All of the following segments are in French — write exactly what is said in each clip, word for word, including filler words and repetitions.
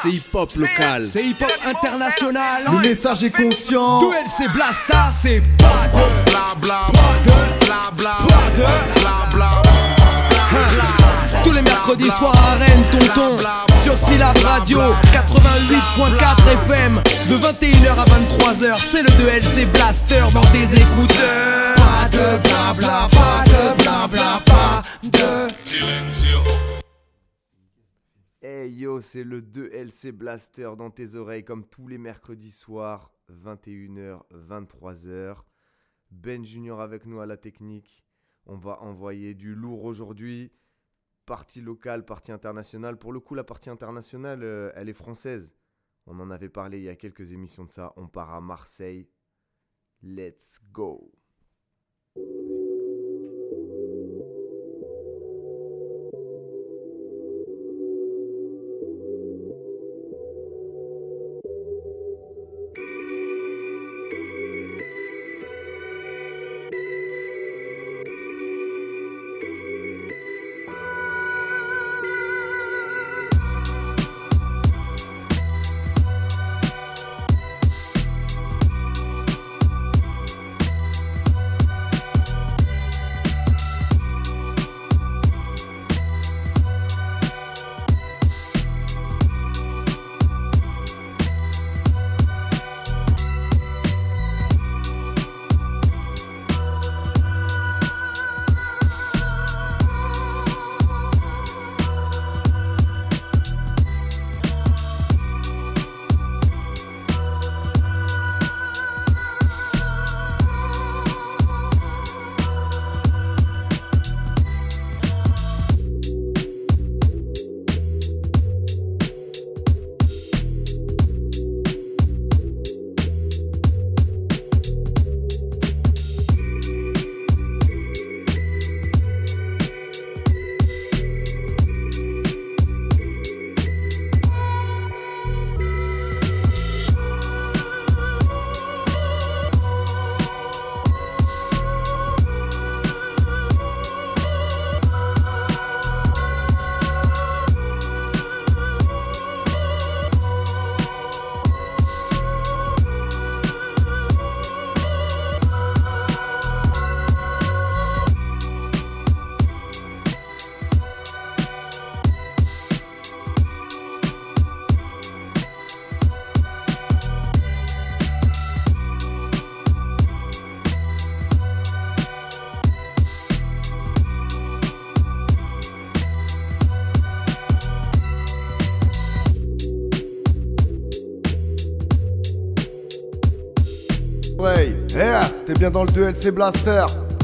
c'est hip-hop local, c'est hip-hop international. Le message est conscient. deux L C Blasta, c'est pas de bla bla bla bla bla bla. Tous les mercredis soirs à Rennes, tonton, sur Syllab Radio quatre-vingt-huit point quatre F M. De vingt et une heures à vingt-trois heures, c'est le deux L C Blaster dans tes écouteurs. Pas de blabla, pas de blabla, pas de Hey yo, c'est le deux L C Blaster dans tes oreilles comme tous les mercredis soirs, vingt et une heures, vingt-trois heures. Ben Junior avec nous à la technique. On va envoyer du lourd aujourd'hui. Partie locale, partie internationale. Pour le coup, la partie internationale, euh, elle est française. On en avait parlé il y a quelques émissions de ça. On part à Marseille. Let's go. Hey, t'es bien dans le deux L C Blaster.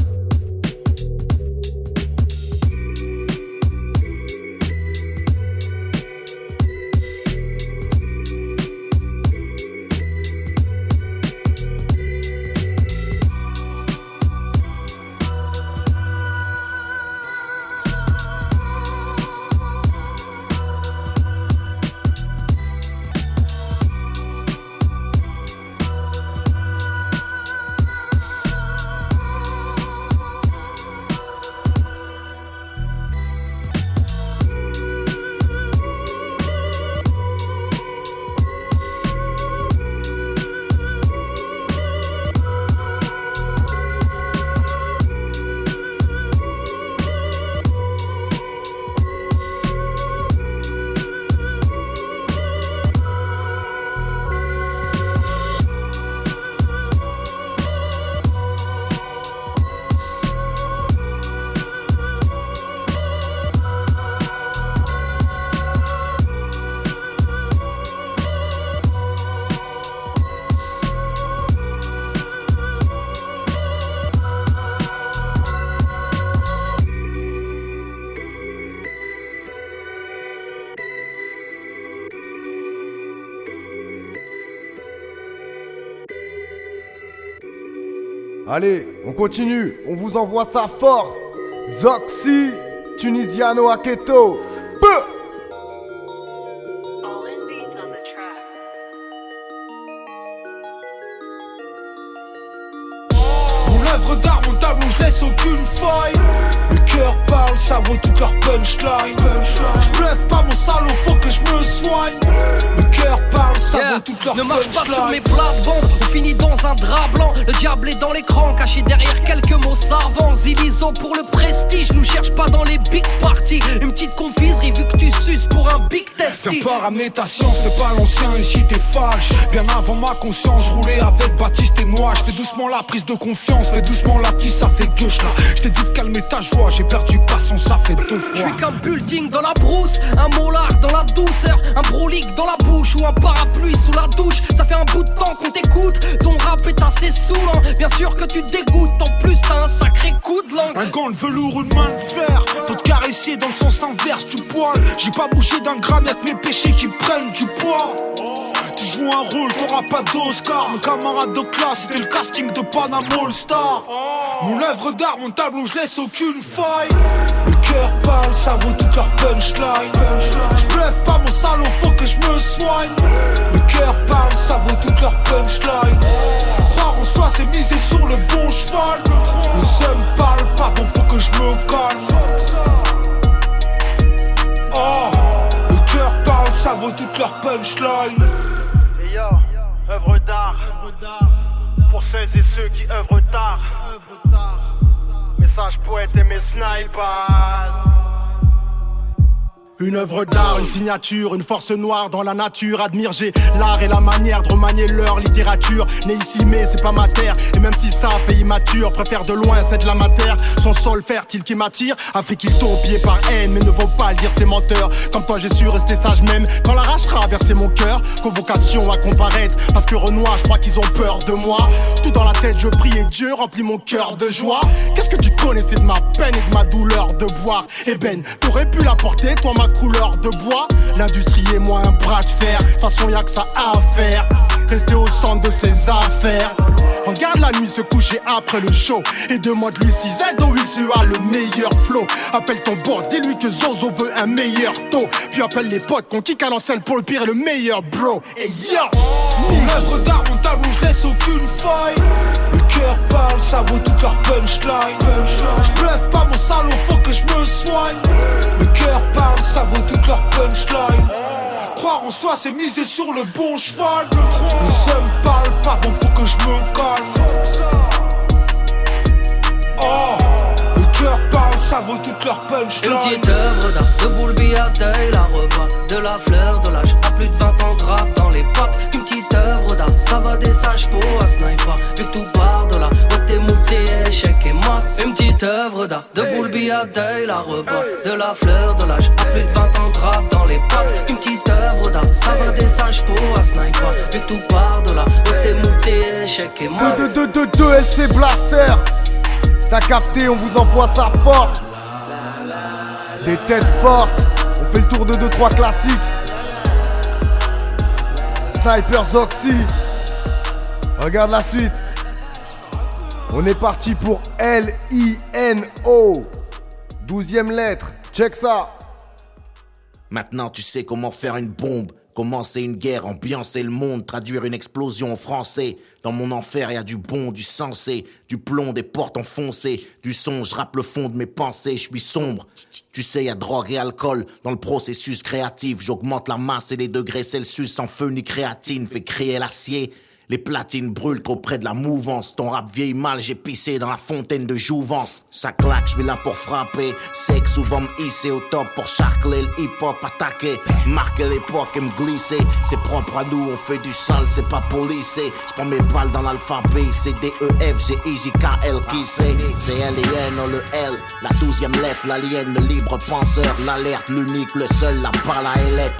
Allez, on continue, on vous envoie ça fort. Zoxy, Tunisiano Aketo. Peu. Mon œuvre d'art, mon tableau, je laisse aucune faille. Le cœur parle, ça vaut toute leur punchline. Je bluffe pas mon salaud, faut que je me soigne. Le ça Yeah. vaut toute leur Ne marche pas punchline. sur mes plates-bandes, on finit dans un drap blanc. Le diable est dans l'écran, caché derrière quelques mots savants. Zilizo pour le prestige, nous cherche pas dans les big parties. Une petite confiserie vu que tu suces pour un big testy. Viens pas ramener ta science, t'es pas l'ancien, ici t'es falche. Bien avant ma conscience, je roulais avec Baptiste et Noix. Je fais doucement la prise de confiance, fais doucement la petite, ça fait gueuche là. Je t'ai dit de calmer ta joie, j'ai perdu patience, ça fait deux fois. Je suis qu'un building dans la brousse, un molar dans la douceur, un brolique dans la bouche ou un parapluie sous la douche. Ça fait un bout de temps qu'on t'écoute, ton rap est assez saoulant. Bien sûr que tu te dégoûtes, en plus t'as un sacré coup de langue. Un gant de velours, une main de fer, pour te caresser dans le sens inverse du poil. J'ai pas bougé d'un gramme, y'a que mes péchés qui prennent du poids. Tu joues un rôle, t'auras pas d'Oscar. Mon camarade de classe, c'était le casting de Panama All Star. Mon œuvre d'art, mon tableau, je laisse aucune faille. Le cœur parle, ça vaut toute leur punchline. Je bluffe pas mon salaud, faut que je me soigne. Le cœur parle, ça vaut toute leur punchline. Croire en soi, c'est miser sur le bon cheval. Le seum parle, pardon, faut que je me calme. Oh, le cœur parle, ça vaut toute leur punchline. Et yo, œuvre d'art, pour celles et ceux qui œuvrent tard. Message poète et mes snipers. Une œuvre d'art, une signature, une force noire dans la nature. Admire, j'ai l'art et la manière de remanier leur littérature. Né ici mais c'est pas ma terre, et même si ça fait immature, préfère de loin c'est de la matière. Son sol fertile qui m'attire, Afrique il tombe pied par haine, mais ne vaut pas le dire c'est menteur. Comme toi j'ai su rester sage même quand la rage traversait mon cœur. Convocation à comparaître, parce que Renoir je crois qu'ils ont peur de moi. Tout dans la tête je prie et Dieu remplit mon cœur de joie. Qu'est-ce que tu connaissais de ma peine et de ma douleur de boire? Eh ben, t'aurais pu la porter, toi ma couleur de bois. L'industrie et moi un bras de fer, de toute façon y'a que ça à faire. Rester au centre de ses affaires. Regarde la nuit se coucher après le show, et demande lui si Z O X a le meilleur flow. Appelle ton boss, dis-lui que Zozo veut un meilleur taux. Puis appelle les potes qu'on kick à l'enceinte pour le pire et le meilleur bro. Et yo, Mon œuvre d'art, mon tableau, je laisse aucune faille. Le cœur parle, ça vaut toute leur punchline. Je bluffe pas mon salaud, faut que je me soigne. Le cœur parle, ça vaut toute leur punchline. Croire en soi, c'est miser sur le bon cheval. Le seum parle, pardon, faut que je me calme. Oh, le cœur parle, ça vaut toute leur punchline. Une petite œuvre d'art, de Boulby à Deuil, la revoit de la fleur de l'âge, à plus de vingt ans de rap dans les potes. Une petite œuvre d'art, ça va des sages pour un sniper, vu que tout part de là, où t'es monté, échec et mat. Une petite œuvre d'art, de Boulby à Deuil, la revoit de la fleur de l'âge, à plus de vingt ans de rap dans les potes. Une petite œuvre d'art, ça va des sages pour un sniper, vu que tout part de là, où t'es monté, échec et mat. deux deux deux deux L C Blaster. T'as capté, on vous envoie ça fort. Des têtes fortes. On fait le tour de deux trois classiques. Sniper Zoxy. Regarde la suite. On est parti pour L I N O. Douzième lettre. Check ça. Maintenant tu sais comment faire une bombe, commencer une guerre, ambiancer le monde, traduire une explosion en français. Dans mon enfer y a du bon, du sensé, du plomb, des portes enfoncées, du son, je rappe le fond de mes pensées, je suis sombre. Tu sais y a drogue et alcool dans le processus créatif, j'augmente la masse et les degrés Celsius sans feu ni créatine, fait crier l'acier. Les platines brûlent trop près de la mouvance. Ton rap vieillit mal, j'ai pissé dans la fontaine de jouvence. Ça claque, j'suis là pour frapper. Sexe souvent me hisser au top pour charcler le hip-hop attaquer. Marquer l'époque et me glisser. C'est propre à nous, on fait du sale, c'est pas policé. J'prends mes balles dans l'alphabet. C'est D E F G I J K L qui c'est. C'est L I N O le L. La douzième lettre, l'alien, le libre penseur. L'alerte, l'unique, le seul, la balle à ailette.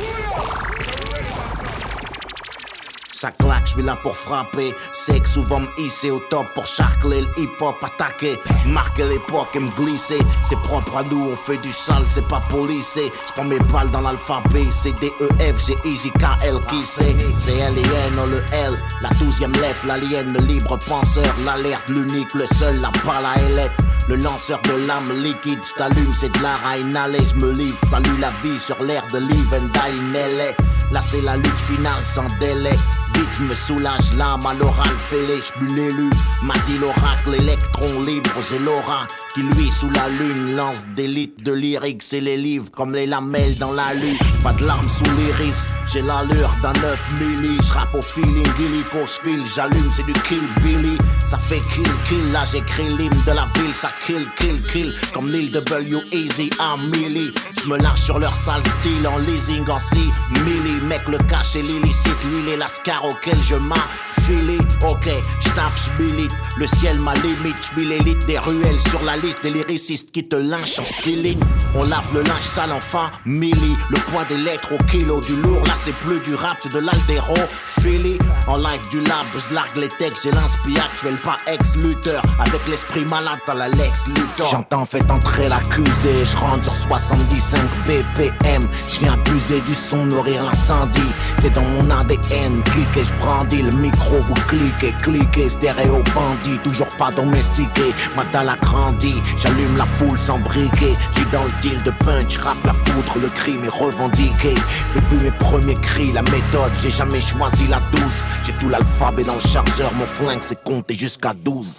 Ça claque, j'suis là pour frapper. Sexe souvent me hisser au top pour charcler le hip-hop attaquer. Marquer l'époque et me glisser. C'est propre à nous, on fait du sale, c'est pas policé. J'prends mes balles dans l'alphabet. C'est D E F G I J K L qui c'est. C'est L I N O le L. La douzième lettre, l'alien, le libre penseur. L'alerte, l'unique, le seul, la balle à ailette. Le lanceur de l'âme liquide, j't'allume, c'est de l'art à inhaler. J'me livre, salue la vie sur l'air de Live and Die in L A. Là c'est la lutte finale sans délai. Vite j'me soulage l'âme à l'oral fêlé, j'buis l'élu. M'a dit l'oracle, électron libre, j'ai l'aura. qui lui sous la lune lance des litres de lyrics et les livres comme les lamelles dans la lune. Pas de larmes sous l'iris, j'ai l'allure d'un neuf milli. J'rappe au feeling, illico, j'file, j'allume, c'est du kill Billy. Ça fait kill kill, là j'écris l'hymne de la ville. Ça kill kill kill, comme l'île de W Easy à Millie. J'me lâche sur leur sale style en leasing en six milli. Mec le cash et l'illicite, l'île et l'ascar auquel je m'affile. Ok, j'tape, j'milite, le ciel ma limite. J'mille l'élite des ruelles sur la liste des lyricistes qui te lynchent en ceiling. On lave le linge sale en famille. Le poids des lettres au kilo du lourd. Là c'est plus du rap, c'est de l'altéro Philly. En live du lab, j'largue les textes. J'ai l'inspi actuel, pas ex-lutteur. Avec l'esprit malade dans la Lex Luthor. J'entends fait entrer l'accusé. J'rentre sur soixante-dix-cinq B P M. J'viens abuser du son, nourrir l'incendie. C'est dans mon A D N. Cliquez, j'brandis le micro. Vous cliquez, cliquez, stéréo bandit. Toujours pas domestiqué, ma dalle a grandi. J'allume la foule sans briquet. J'suis dans le deal de punch, rap la foudre. Le crime est revendiqué. Depuis mes premiers cris, la méthode, j'ai jamais choisi la douce. J'ai tout l'alphabet dans le chargeur, mon flingue c'est compter jusqu'à douze.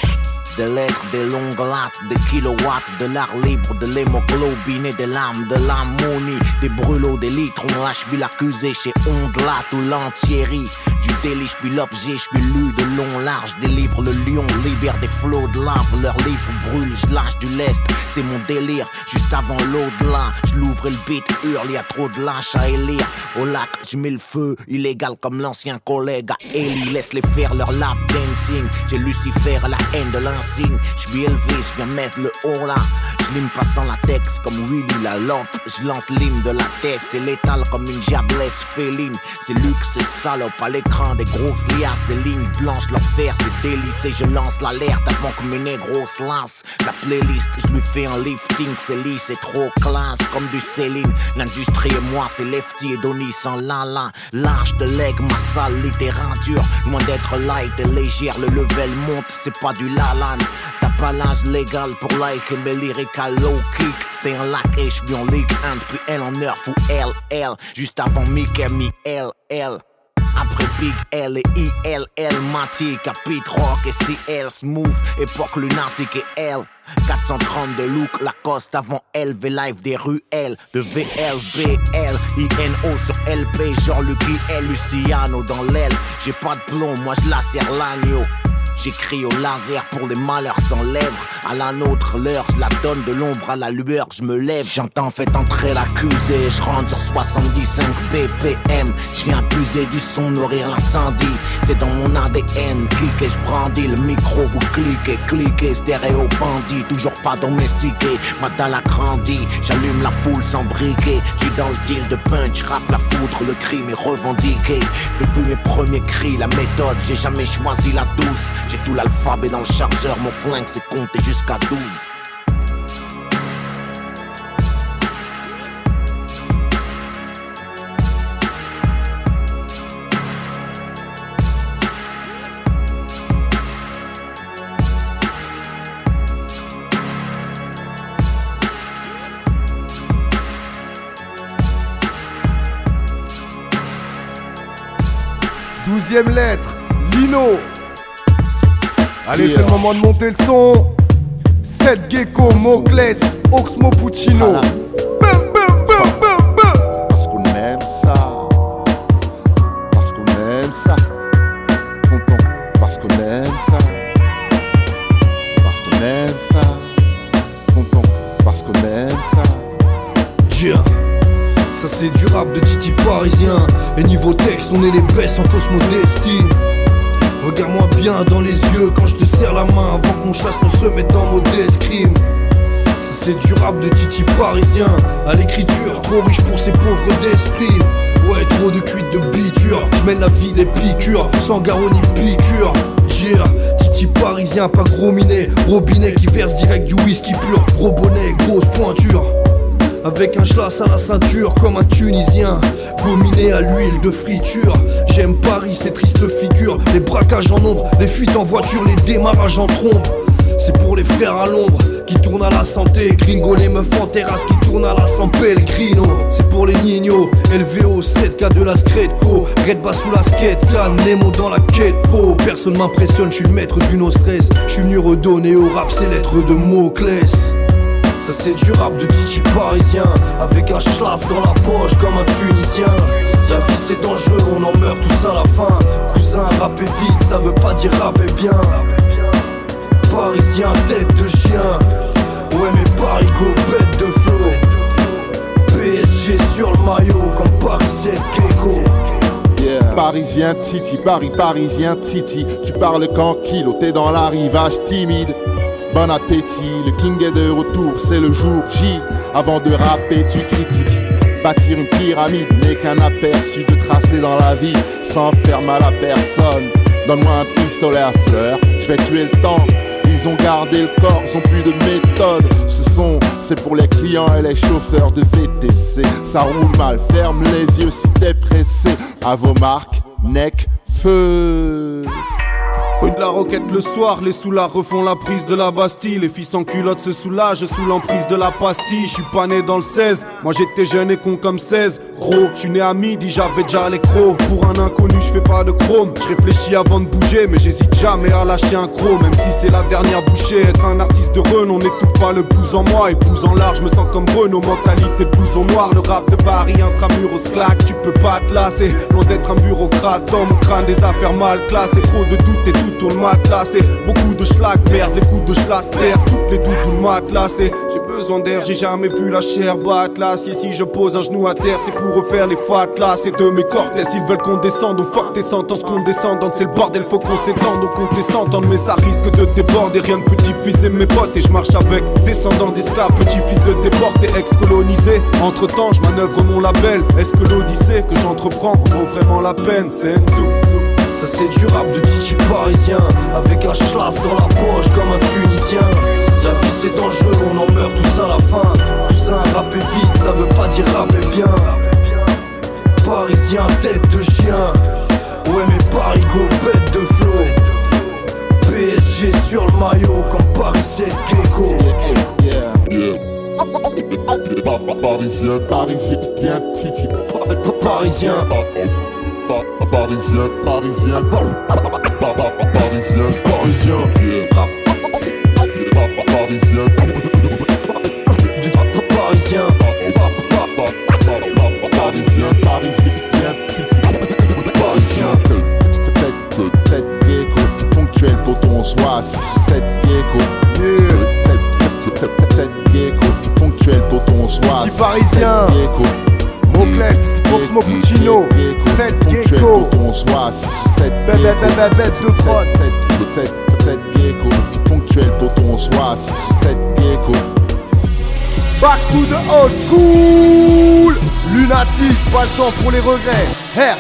Des lettres, des longues lattes, des kilowatts, de l'art libre, de l'hémoglobine et des larmes, de l'ammonie, des brûlots, des litres. On lâche puis l'accusé chez Ondelat ou l'Antieri. Du délit, j'suis l'objet, j'suis lu de long large. Délivre le lion, libère des flots de lave. Leur livre brûle, j'lâche du lest, c'est mon délire. Juste avant l'au-delà, j'louvre le beat, hurle, y'a trop de lâches à élire. Au lac, j'mets le feu, illégal comme l'ancien collègue à Ellie. Laisse-les faire leur lap dancing. J'ai Lucifer à la haine de l'insigne. J'suis élevé, j'viens mettre le haut là. J'lime pas sans latex comme Willy la lampe. J'lance l'hymne de la tête, c'est létal comme une diablesse féline. C'est luxe, c'est salope à l'écran, des grosses liasses, des lignes blanches, l'enfer c'est délice. Et je lance l'alerte avant que mes négros se lancent. La playlist, j'lui fais un lifting, c'est lisse, c'est trop classe comme du Céline. L'industrie et moi, c'est Lefty et Donny sans lala. Lâche de leg, ma sale littérature. Loin d'être light et légère, le level monte, c'est pas du lalan. T'as pas l'âge légal pour liker mes lyriques à low kick. T'es un lac et j'suis en Ligue un depuis L en Nerf ou L L. Juste avant Mickey, mi L L. Après Big L et I L L, Matic, Capit Rock et C L Smooth, époque lunatique et L. quatre cent trente de look, Lacoste avant L V Live des ruelles de V L B L I N O sur L P, genre Lucky L Luciano dans l'aile. J'ai pas de plomb, moi je la serre l'agneau. J'écris au laser pour les malheurs sans lèvres. À la nôtre l'heure, je la donne de l'ombre à la lueur, je me lève. J'entends fait entrer l'accusé, je rentre sur soixante-dix-cinq B P M. J'viens abuser du son, nourrir l'incendie. C'est dans mon A D N, cliquez, je brandis le micro, vous cliquez, cliquez, stéréo bandit. Toujours pas domestiqué, ma dalle a grandi. J'allume la foule sans briquet. J'suis dans le deal de punch, rap la foudre, le crime est revendiqué. Depuis mes premiers cris, la méthode, j'ai jamais choisi la douce. J'ai tout l'alphabet dans le chargeur, mon flingue c'est compter jusqu'à douze. Douzième lettre, Lino. Allez, yeah. C'est le moment de monter le son. Seth Gecko, Mocles, Oxmo Puccino. Voilà. Bum, bum, bum, bum, bum. Parce qu'on aime ça. Parce qu'on aime ça. Tonton, parce qu'on aime ça. Parce qu'on aime ça. Tonton, parce qu'on aime ça. Yeah. Ça c'est du rap de Titi parisien. Et niveau texte, on est les best en fausse modestie. Regarde-moi bien dans les yeux quand je te serre la main avant que mon chasse ne se mette en mode escrime. Ça c'est du rap de Titi parisien. À l'écriture, trop riche pour ces pauvres d'esprit. Ouais, trop de cuites de biture. Je mène la vie des piqûres, sans garrot ni piqûre. Yeah, Titi parisien, pas gros minet. Robinet qui verse direct du whisky pur. Gros bonnet, grosse pointure. Avec un schlass à la ceinture comme un Tunisien, gominé à l'huile de friture. J'aime Paris, ces tristes figures, les braquages en ombre, les fuites en voiture, les démarrages en trombe. C'est pour pour les frères à l'ombre qui tournent à la santé. Gringo, les meufs en terrasse qui tournent à la San Pellegrino. C'est pour les nignos, élevés au sept K de la Scredco. Red bas sous la skate, can, Nemo dans la quête po. Personne m'impressionne, je suis le maître du no stress. Je suis venu redonner au rap ces lettres de Moclès. Ça c'est du rap de Titi parisien, avec un schlass dans la poche comme un Tunisien. La vie c'est dangereux, on en meurt tous à la fin. Cousin, rapper vite, ça veut pas dire rapper bien. Parisien, tête de chien. Ouais mais Parigo, bête de flow. P S G sur le maillot comme Paris sept Gecko. Yeah. Parisien Titi, Paris, Parisien Titi. Tu parles qu'en kilo, t'es dans l'arrivage timide. Bon appétit, le king est de retour, c'est le jour J. Avant de rapper, tu critiques. Bâtir une pyramide n'est qu'un aperçu de tracé dans la vie, sans faire mal à personne. Donne-moi un pistolet à fleurs, je vais tuer le temps. Ils ont gardé le corps, ils ont plus de méthode. Ce son, c'est pour les clients et les chauffeurs de V T C. Ça roule mal, ferme les yeux si t'es pressé. À vos marques, neck, feu. Rue de la Roquette le soir, les soulards refont la prise de la Bastille. Les filles sans culottes se soulagent sous l'emprise de la pastille. Je suis pas né dans le seize, moi j'étais jeune et con comme seize. Gros, je suis né à midi, j'avais déjà les crocs. Pour un inconnu, je fais pas de chrome. Je réfléchis avant de bouger, mais j'hésite jamais à lâcher un croc. Même si c'est la dernière bouchée, être un artiste de renom n'étouffe pas le pouce en moi. Et pouce en large, je me sens comme Renault, mentalité de blouson noir. Le rap de Paris, intramuros claque, tu peux pas te lasser. Loin d'être un bureaucrate, dans mon crâne des affaires mal classées. Trop de doutes et tout tourne matelas. C'est beaucoup de schlag, merde, les coups de schlass percent toutes les doutes matelas. J'ai besoin d'air, j'ai jamais vu la chair battre l'acier. Si je pose un genou à terre, c'est pour refaire les fatlas. C'est de mes cortès, ils veulent qu'on descende. On fuck tes sentences condescendantes, c'est le bordel, faut qu'on s'étende. Donc on s'entendre, mais ça risque de déborder. Rien de petit-fils et mes potes, et je marche avec descendants d'esclaves, petit-fils de déportés, ex-colonisés. Entre temps, je manœuvre mon label. Est-ce que l'odyssée que j'entreprends vaut vraiment la peine? C'est Enzo. Ça c'est du rap de Titi parisien, avec un schlass dans la poche comme un Tunisien. La vie c'est dangereux, on en meurt tous à la fin. Cousin, rapper vite, ça veut pas dire rapper bien. Parisien, tête de chien. Ouais mais Parigo, bête de flow. P S G sur le maillot comme Paris sept Gecko. Yeah, yeah. Parisien, parisien, Titi. Parisien. Parisien, parisien, parisien, parisien, yeah. Parisien, parisien, parisien, parisien, parisien, tête, tête, gecko, ponctuel, poton, on se voit six ou sept gecko, tête, tête, gecko, ponctuel, poton, on se voit petit parisien, Moclès, Proximo Puccino, sept Gecko, bête de prod, tête, tête, gecko, ponctuel, poton, on se voit six ou sept gecko. Back to the old school, lunatique, pas le temps pour les regrets, Her.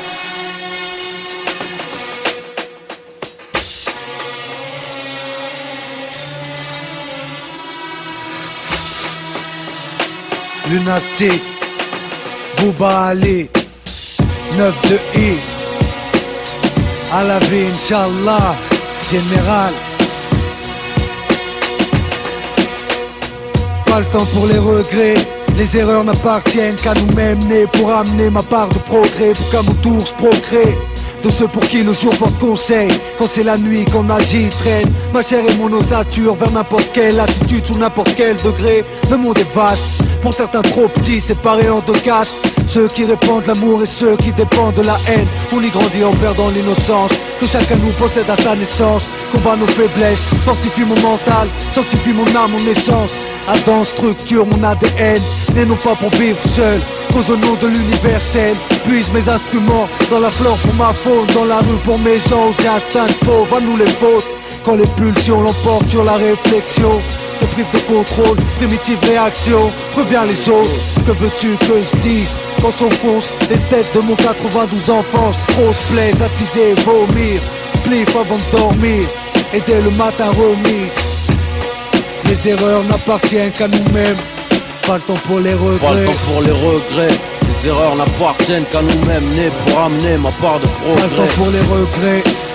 Lunatique, Bouba Ali, neuf de I, à la vie, Inch'Allah, général. Pas le temps pour les regrets, les erreurs n'appartiennent qu'à nous-mêmes, nés pour amener ma part de progrès, pour qu'à mon tour je procrée. De ceux pour qui nos jours portent conseil, quand c'est la nuit qu'on agit, traîne ma chair et mon ossature vers n'importe quelle attitude, sous n'importe quel degré. Le monde est vaste, pour certains trop petits, séparés en deux castes. Ceux qui répandent l'amour et ceux qui dépendent de la haine. On y grandit en perdant l'innocence que chacun nous possède à sa naissance. Combat nos faiblesses, fortifie mon mental, sanctifie mon âme, mon essence. Adam structure mon A D N, et non pas pour vivre seul. Cause au nom de l'universel, puise mes instruments dans la flore pour ma faune, dans la rue pour mes gens, aux instincts fauves, à nous les fautes. Quand les pulsions l'emportent sur la réflexion, te prive de contrôle, primitive réaction, reviens les autres. Que veux-tu que je dise quand s'enfonce les têtes de mon quatre-vingt-douze enfance? Trop se plaise, attiser, vomir, spliff avant de dormir, et dès le matin remise. Les erreurs n'appartiennent qu'à nous-mêmes, pas le temps pour les regrets. Pas le temps pour les regrets. Les erreurs n'appartiennent qu'à nous-mêmes, nés pour amener ma part de progrès. Pas le temps pour les regrets.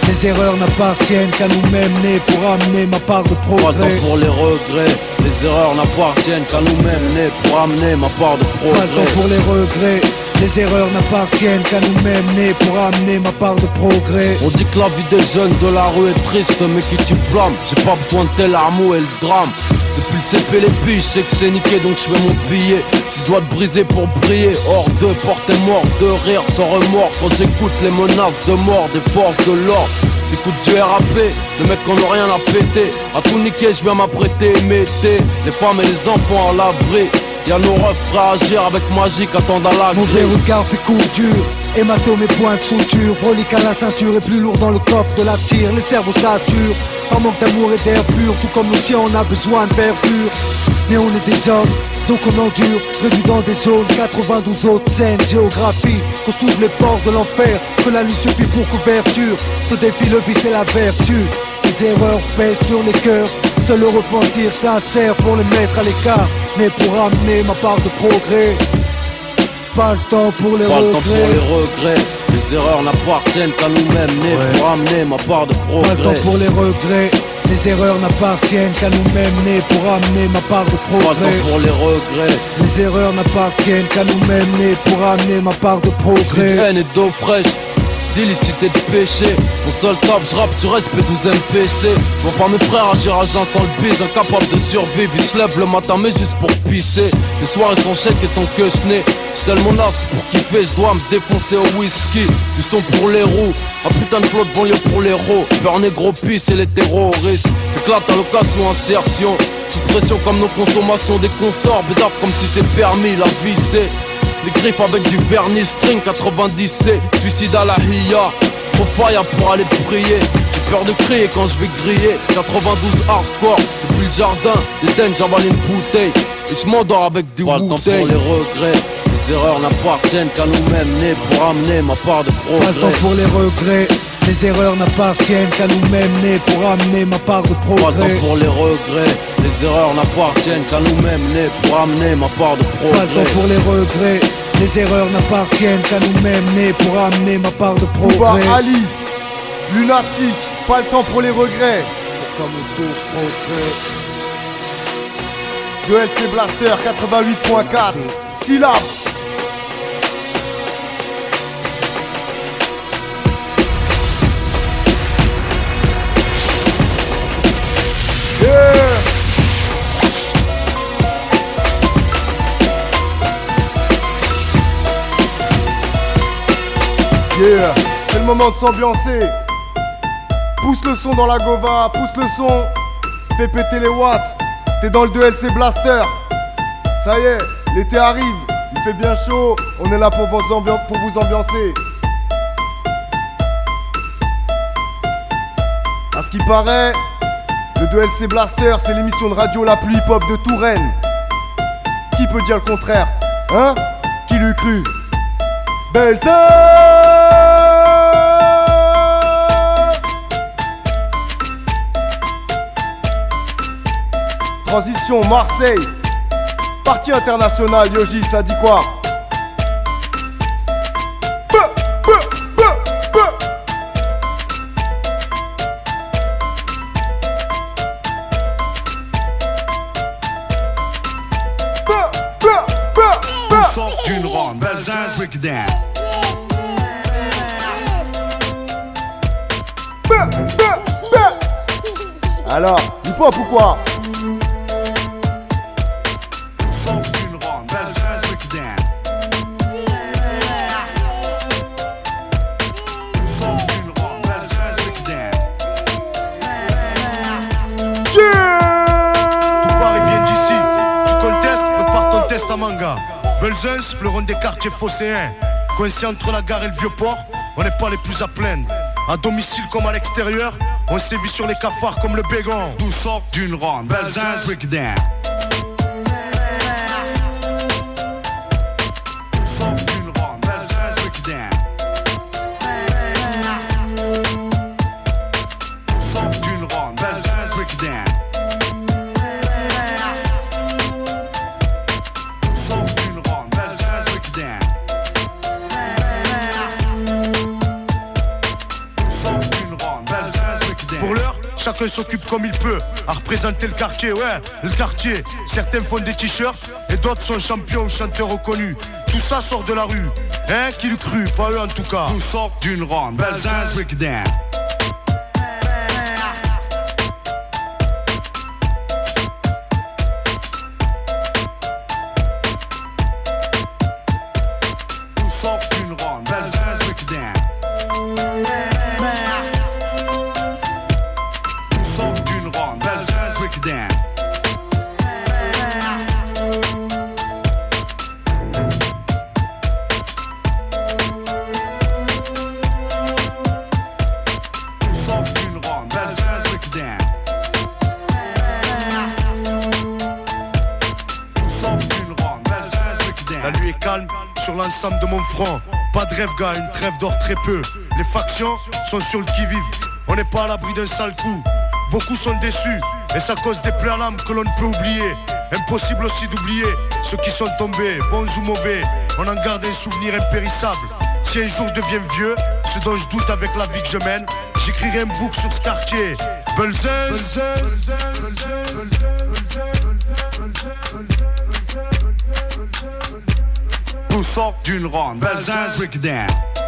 Les erreurs n'appartiennent qu'à nous-mêmes, nés pour amener ma part de progrès. Pas le temps pour les regrets, les erreurs n'appartiennent qu'à nous-mêmes, nés pour amener ma part de progrès. Pas le temps pour les regrets, les erreurs n'appartiennent qu'à nous-mêmes, nés pour amener ma part de progrès. On dit que la vie des jeunes de la rue est triste, mais qui tu blâmes? J'ai pas besoin de tel armeau et le drame. Depuis le C P les billes, je sais que c'est niqué donc je fais mon billet. Si je dois te briser pour briller, hors de portée mort, de rire sans remords. Quand j'écoute les menaces de mort des forces de l'ordre, écoute du R A P, les mecs qu'on n'a rien à péter. À tout niquer, je viens m'apprêter, mettez les femmes et les enfants à l'abri. Y'a nos refs prêts à agir avec magie qu'attendent à la Mauvais regard puis couture, hématome et point de suture. Brolique à la ceinture et plus lourd dans le coffre de la tire. Les cerveaux saturent, par manque d'amour et d'air pur. Tout comme nos chiens on a besoin de verdure. Mais on est des hommes, donc on endure. Réduits dans des zones, quatre-vingt-douze autres scènes. Géographie, qu'on s'ouvre les portes de l'enfer. Que la nuit suffit pour couverture. Ce défi le vice et la vertu. Les erreurs pèsent sur les cœurs. Seul le repentir sincère pour les mettre à l'écart. Mais pour amener ma part de progrès. Pas le temps pour les Pas regrets. le temps pour les regrets. Les erreurs n'appartiennent qu'à nous-mêmes, nés ouais. pour amener ma part de progrès. Pas le temps pour les regrets. Les erreurs n'appartiennent qu'à nous-mêmes, nés pour amener ma part de progrès. Pas le temps pour les regrets. Les erreurs n'appartiennent qu'à nous-mêmes, nés pour amener ma part de progrès. Haine et d'eau fraîche, d'illicité de péché. Mon seul taf, j'rappe sur S P douze M P C. J'vois pas mes frères agir à jeun sans le bise. Incapable de survivre, ils se lèvent le matin mais juste pour pisser. Les soirées sont chèques et sans que je n'ai. J't'ai mon asque pour kiffer, j'dois me défoncer au whisky. Du son pour les roues, un putain de flotte banlieue pour les ros. Peur négro pisse et les terroristes. Éclate à location, insertion. Sous pression comme nos consommations des consorts. Bédaf comme si c'est permis, la vie c'est les griffes avec du vernis string quatre-vingt-dix C. Suicide à la Hia. Trop fire pour aller prier. J'ai peur de crier quand je vais griller. quatre-vingt-douze hardcore. Depuis le jardin, des dents j'avale une bouteille. Et je m'endors avec du Wu-Tang. Pas le temps pour les regrets. Les erreurs n'appartiennent qu'à nous-mêmes, nés pour amener ma part de progrès. Pas le temps pour les regrets. Les erreurs n'appartiennent qu'à nous-mêmes, nés pour amener ma part de progrès. Pas le temps pour les regrets. Les erreurs n'appartiennent qu'à nous-mêmes, nés pour amener ma part de progrès. Pas le temps pour les regrets. Les erreurs n'appartiennent qu'à nous-mêmes, nés pour amener ma part de progrès. Bouba Ali, lunatique, pas le temps pour les regrets. Comme le tour, je progrès. deux L C Blaster quatre-vingt-huit point quatre, syllabes. Yeah. Yeah, c'est le moment de s'ambiancer. Pousse le son dans la gova, pousse le son. Fais péter les watts. T'es dans le deux L C Blaster. Ça y est, l'été arrive. Il fait bien chaud. On est là pour vous, ambi- pour vous ambiancer. À ce qui paraît, le deux L C Blaster, c'est l'émission de radio la plus hip-hop de Touraine. Qui peut dire le contraire? Hein? Qui l'eût cru? Belzaz! Transition Marseille. Partie internationale, Yoji, ça dit quoi? Alors, du pop ou quoi? Belzunce, fleuron des quartiers phocéens. Coincé entre la gare et le vieux port, on n'est pas les plus à plaindre. À domicile comme à l'extérieur, on sévit sur les cafards comme le bégon. Tout sort d'une ronde, Belzunce, breakdown. chacun s'occupe comme il peut à représenter le quartier, ouais, le quartier. Certains font des t-shirts et d'autres sont champions ou chanteurs reconnus. Tout ça sort de la rue, hein, qui le crut, pas eux en tout cas. Tout sort d'une ronde, Belzins Breakdown. Tout sort d'une ronde, Belzins Breakdown. Tout sort d'une ronde, Belzins Breakdown. La nuit est calme sur l'ensemble de mon front. Pas de rêve gars, une trêve dort très peu. Les factions sont sur le qui-vive. On n'est pas à l'abri d'un sale coup. Beaucoup sont déçus et ça cause des plaies à l'âme que l'on ne peut oublier. Impossible aussi d'oublier ceux qui sont tombés, bons ou mauvais. On en garde un souvenir impérissable. Si un jour je deviens vieux, ce dont je doute avec la vie que je mène, j'écrirai un book sur ce quartier. Belzins. Tout sort d'une ronde, Belzins Breakdown.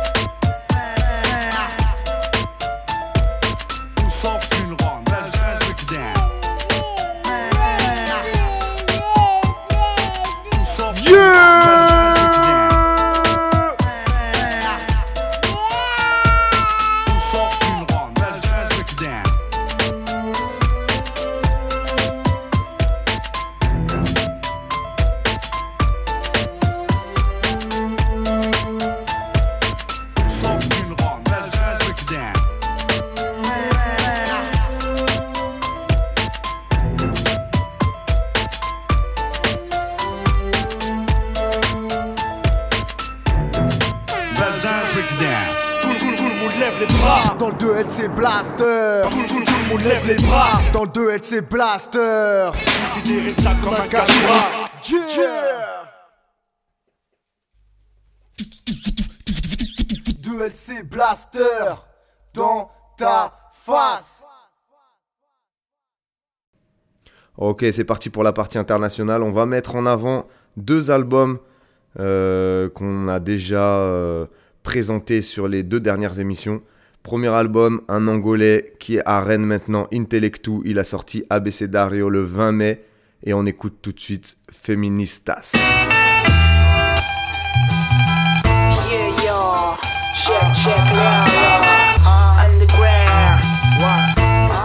Tout sort d'une ronde, Belzins Breakdown. Tout sort d'une ronde, Belzins Breakdown. Tout sort d'une ronde, Belzins Breakdown. Dans le deux L C Blaster. Tout, tout, tout le monde lève les bras. Dans le deux L C Blaster. Considérez ça comme un cache-bras. Yeah. deux L C Blaster. Dans ta face. Ok, c'est parti pour la partie internationale. On va mettre en avant deux albums euh, qu'on a déjà euh, présentés sur les deux dernières émissions. Premier album, un Angolais qui est à Rennes maintenant, Intellectu. Il a sorti Abecedario le vingt mai. Et on écoute tout de suite Feministas. Yeah, yo. Check, check, now, uh, underground. What?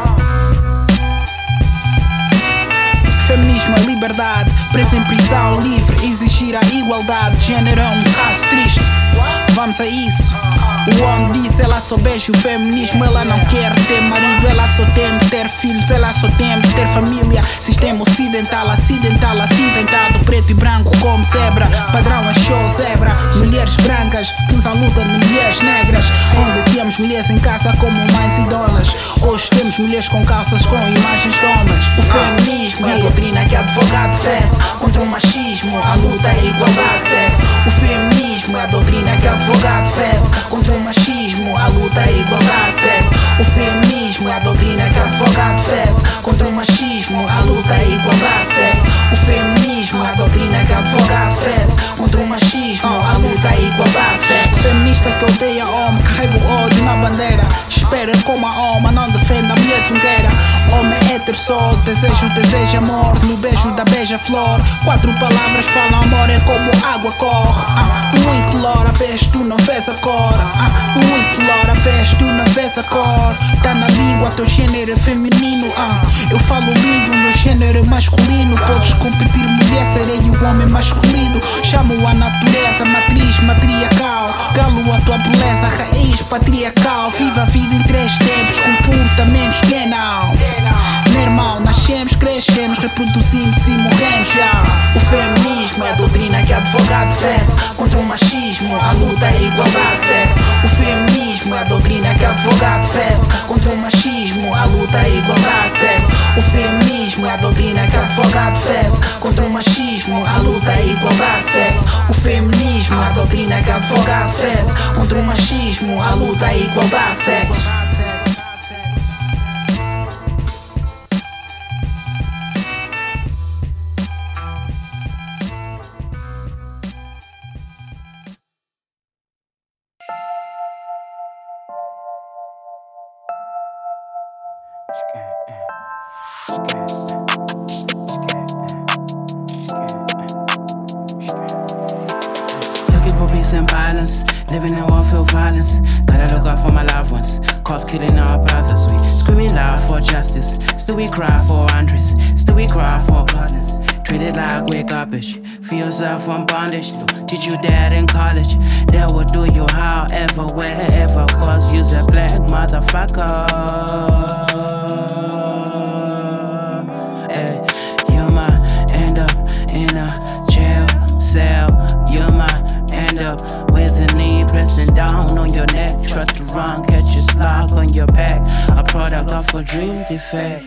Feminismo é liberdade, preso em prisão livre, exigir a igualdade, gênero é um caso triste. Vamos a isso. O homem diz, ela só beija o feminismo, ela não quer ter marido, ela só tem ter filhos, ela só tem ter família. Sistema ocidental, acidental, assim inventado, preto e branco como zebra. Padrão achou zebra, mulheres brancas que usam luta de mulheres negras. Onde tínhamos mulheres em casa como mães e donas, hoje temos mulheres com calças com imagens de homens. O feminismo é a doutrina que advogado fez contra o machismo, a luta é a igualdade de sexo. O feminismo é a doutrina que advogado fez contra o machismo, a luta é a igualdade de sexo. O feminismo é a doutrina que advogado fez contra o machismo, a luta é a igualdade de sexo. O feminismo é a doutrina que advogado fez contra o machismo, a luta é a igualdade de sexo. Feminista que odeia homem, carrega o ódio na bandeira, espera como a alma, não defende a mulher zungueira. Homem hétero só, desejo, deseja amor, no beijo da beija-flor. Quatro palavras falam amor, é como água corre. Ah, muito lora, vês, tu não vês a cor. Ah, muito lora, vês, tu não vês a cor. Tá na língua, teu gênero é feminino. Ah, eu falo lindo no gênero masculino. Podes competir, mulher, serei o homem masculino. Chamo a natureza, matriz matriarcal. Galo a tua beleza, raiz patriarcal. Viva a vida em três tempos, comportamentos que não. Meu irmão, nascemos, crescemos, reproduzimos e morremos já. O feminismo é a doutrina que advogado fez contra o machismo, a luta é a igualdade de sexo. O feminismo é a doutrina que advogado fez contra o machismo, a luta é a igualdade de sexo. O feminismo é a doutrina que advogado fez contra o machismo, a luta é a igualdade de sexo. O feminismo é a doutrina que advogado fez contra o machismo, a luta é a igualdade de sexo. Peace and violence, living in war, feel violence. Gotta look out for my loved ones. Cops killing our brothers. We screaming loud for justice. Still we cry for Andres. Still we cry for godless. Treated like we're garbage. Feel yourself from bondage. Teach you that in college. They will do you however, wherever. Cause you's a black motherfucker. Hey, you might end up in a jail cell. You might end up with a knee pressing down on your neck. Trust to run, catch a slug on your back. A product of a dream defect.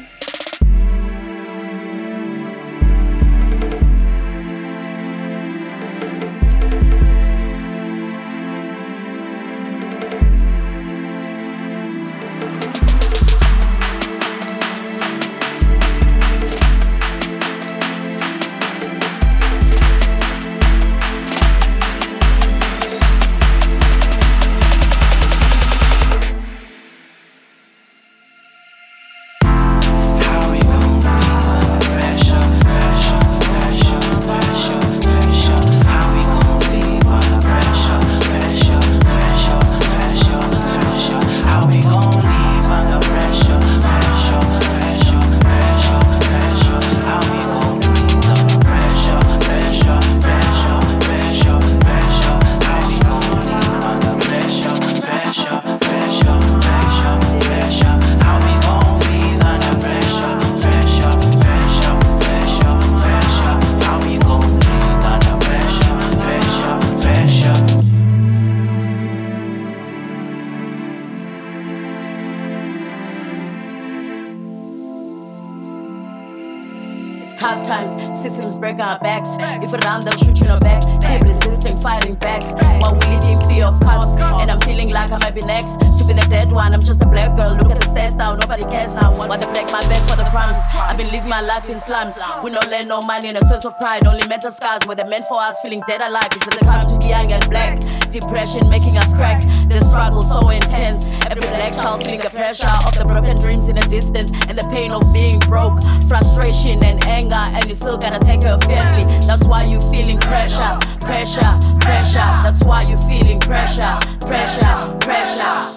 Tough times, systems break our backs. If around them, shoot you in the back. Keep resisting, fighting back. While we live in fear of cops. And I'm feeling like I might be next to be the dead one. I'm just a black girl, look at the stats now. Nobody cares now. Want to break my back for the crumbs. I've been living my life in slums. With no land, no money, and a sense of pride. Only mental scars were the meant for us. Feeling dead alive. It's a crime to be young and black. Depression making us crack. The struggle so intense. Every black child feeling the pressure of the broken dreams in the distance. And the pain of being broke. Frustration and anger. And you still gotta take care of family. That's why you feeling pressure, pressure, pressure. That's why you feeling pressure, pressure, pressure.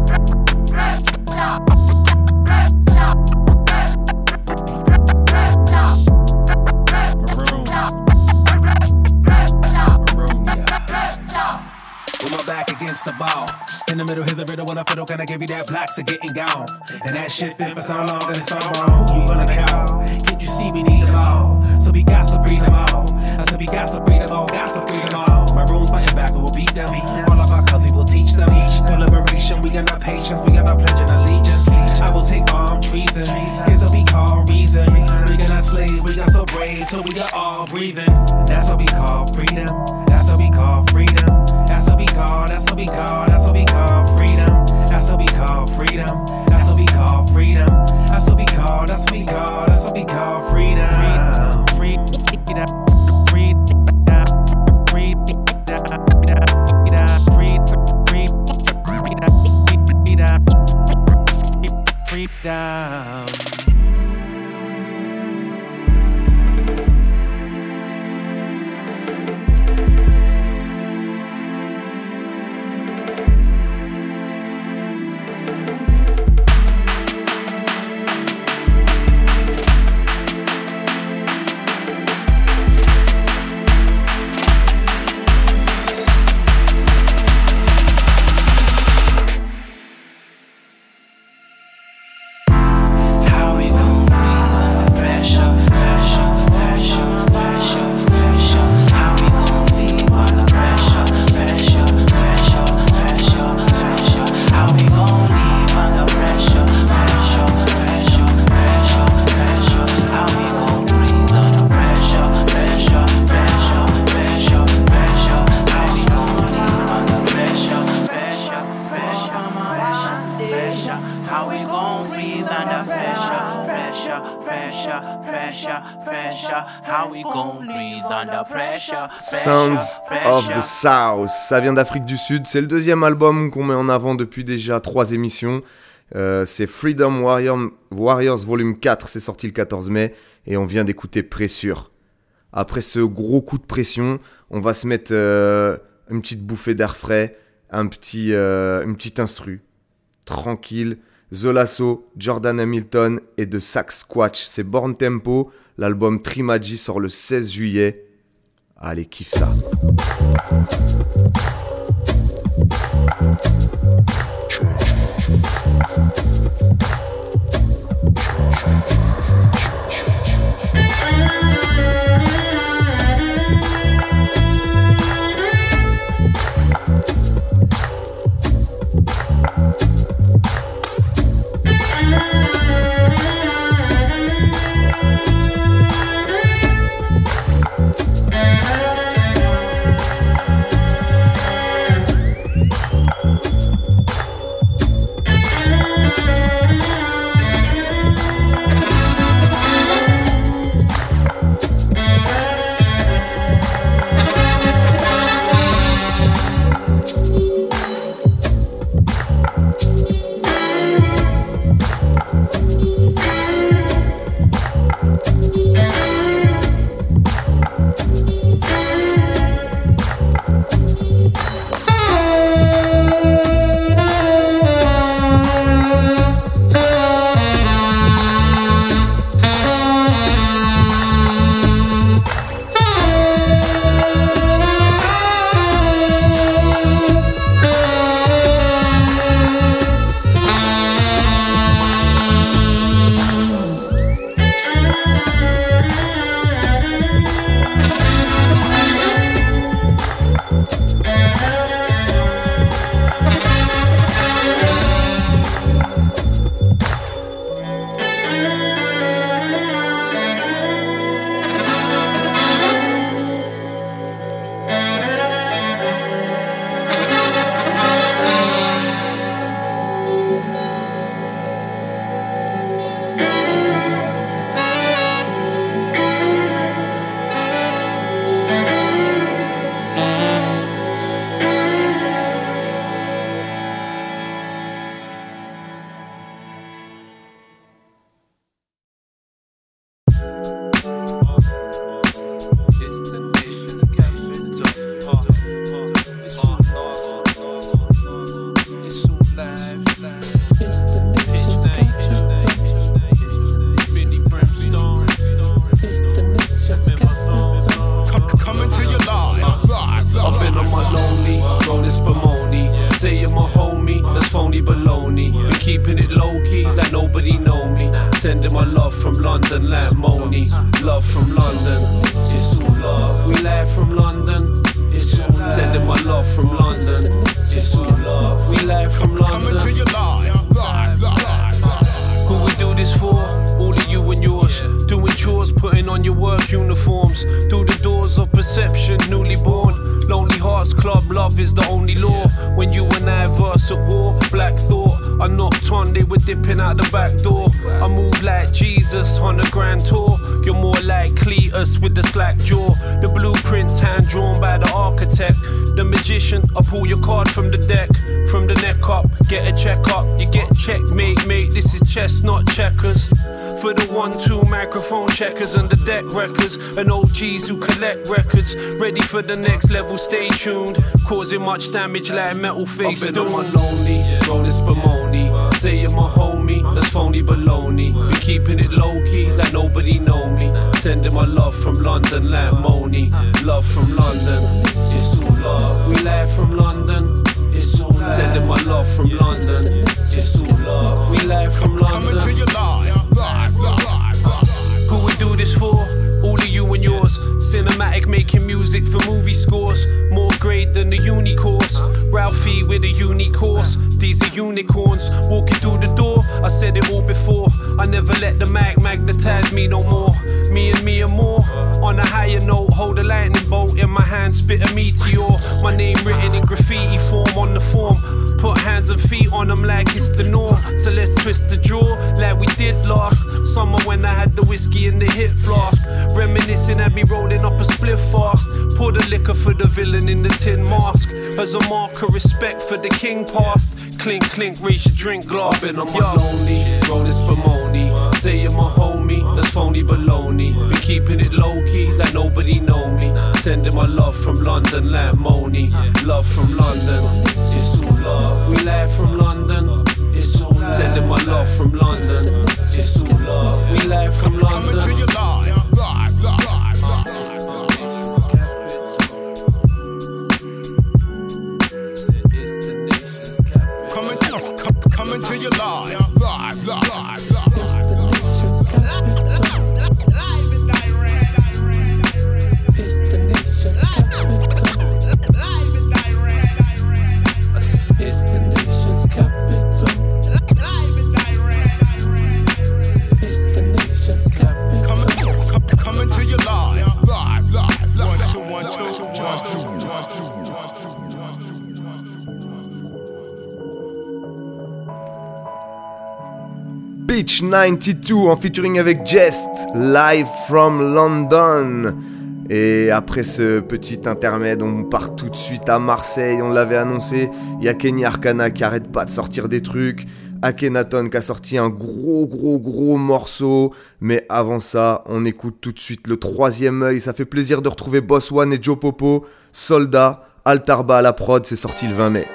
With my back against the ball. In the middle, here's a riddle when I fiddle. Can I give you that blacks are getting gone? And that shit's been for so long and it's all wrong. Who you gonna call? Can't you see we need them all? So we got some freedom all. I said we got some freedom all, got some freedom all. My rules fighting back, we will beat them. All of our cousins will teach them. For liberation, we got our patience, we got our pledge and allegiance. I will take armed treason. Here's what we call reason. We got not slave, we got so brave till we are all breathing. And that's what we call freedom. That's what we call freedom. That's what we call, that's what we call, that's what we call freedom. That's what we call freedom. That's what we call freedom. That's what we call, that's what we call, that's what we call freedom. Freedom. Freedom. Freedom. Freedom. Sounds of the South, ça vient d'Afrique du Sud, c'est le deuxième album qu'on met en avant depuis déjà trois émissions. Euh, c'est Freedom Warrior, Warriors Volume quatre, c'est sorti le quatorze mai et on vient d'écouter Pressure. Après ce gros coup de pression, on va se mettre euh, une petite bouffée d'air frais, un petit, euh, une petite instru, tranquille. The Lasso, Jordan Hamilton et The Sax Squatch, c'est Born Tempo. L'album Trimagy sort le seize juillet. Allez, kiffe ça. Checkers and the deck wreckers and O Gs who collect records. Ready for the next level, stay tuned. Causing much damage like metal face. I've been on my lonely, roll this Spumoni. Say you're my homie, that's phony baloney. Be keeping it low key like nobody know me. Sending my love from London like Moni. Love from London, it's all love. We live from London, it's all love. Sending my love from London, it's all love. We live from London. Coming to your live, live, live. Who we do this for? All of you and yours. Cinematic, making music for movie scores. More grade than the uni course. Ralphie with a unique course. These are unicorns walking through the door. I said it all before. I never let the mag magnetize me no more. Me and me and more. On a higher note, hold a lightning bolt in my hand, spit a meteor. My name written in graffiti form on the form. Put hands and feet on them like it's the norm. So let's twist the jaw like we did last. summer when I had the whiskey in the hip flask. Reminiscing had me rolling up a spliff fast. Pour the liquor for the villain in the tin mask. As a mark of respect for the king past. Clink, clink, raise your drink glass. I've been on my Yo. lonely, rolling Spumoni. Say you're my homie, that's phony baloney. Been keeping it low key, like nobody know me. Sending my love from London, like Moni. Love from London, it's all love. We live from London, it's all love. Sending my love from London, it's all love. We live from London. Coming to you live, live, live, live, live. Coming to you live, live, live, live, live. It's the nation's capital. Live and direct. It's the nation's capital. Live and direct. It's the nation's capital. Live and direct. It's the nation's capital. Coming, coming to you live, live, live, live. One, two, one, two, one, two, one, two, one, two. Beach quatre-vingt-douze en featuring avec Jest, live from London. Et après ce petit intermède, on part tout de suite à Marseille, on l'avait annoncé. Il y a Kenny Arcana qui arrête pas de sortir des trucs. Akhenaton qui a sorti un gros gros gros morceau. Mais avant ça, on écoute tout de suite le troisième œil. Ça fait plaisir de retrouver Boss One et Joe Popo. Soldat, Altarba à la prod, c'est sorti le vingt mai.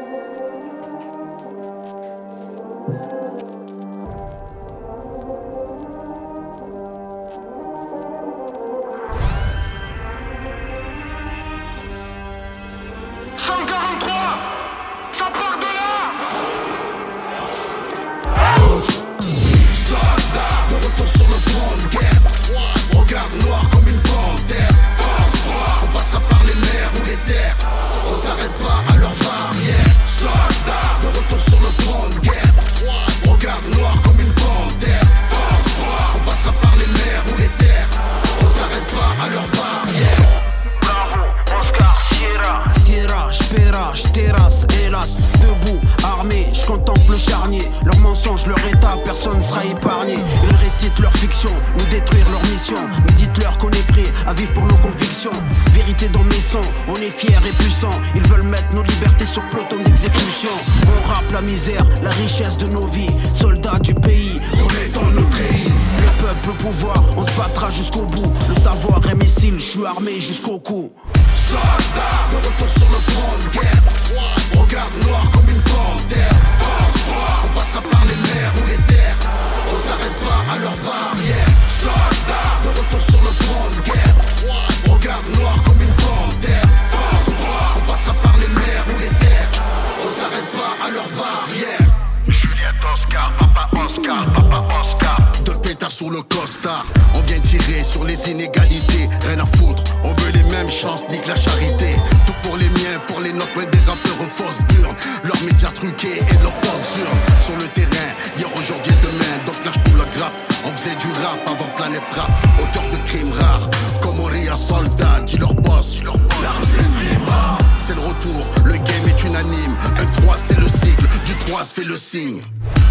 Jusqu'au cou. Soldat, de retour sur le front de guerre. Regard noir comme une panthère. Force froid, on passera par les mers ou les terres. On s'arrête pas à leurs barrières. Soldat, de retour sur le front de guerre. Regard noir comme une panthère. Force froid, on passera par les mers ou les terres. On s'arrête pas à leurs barrières. Juliette Oscar, papa Oscar, papa Oscar. Deux pétards sur le costard. On vient tirer sur les inégalités. Rien à foutre, on veut les mêmes chances, nique la charité. Tout pour les miens, pour les nôtres, ouais, des rappeurs aux fausses burnes. Leurs médias truqués et leurs fausses urnes. Sur le terrain, hier, aujourd'hui et demain. Donc lâche tout le grappe, on faisait du rap avant Planète Rap. Auteur de crimes rares, comme Oria Soldat, dit leur boss. La rue s'exprime, c'est le retour, le game est unanime. Un trois c'est le cycle, du trois se fait le signe.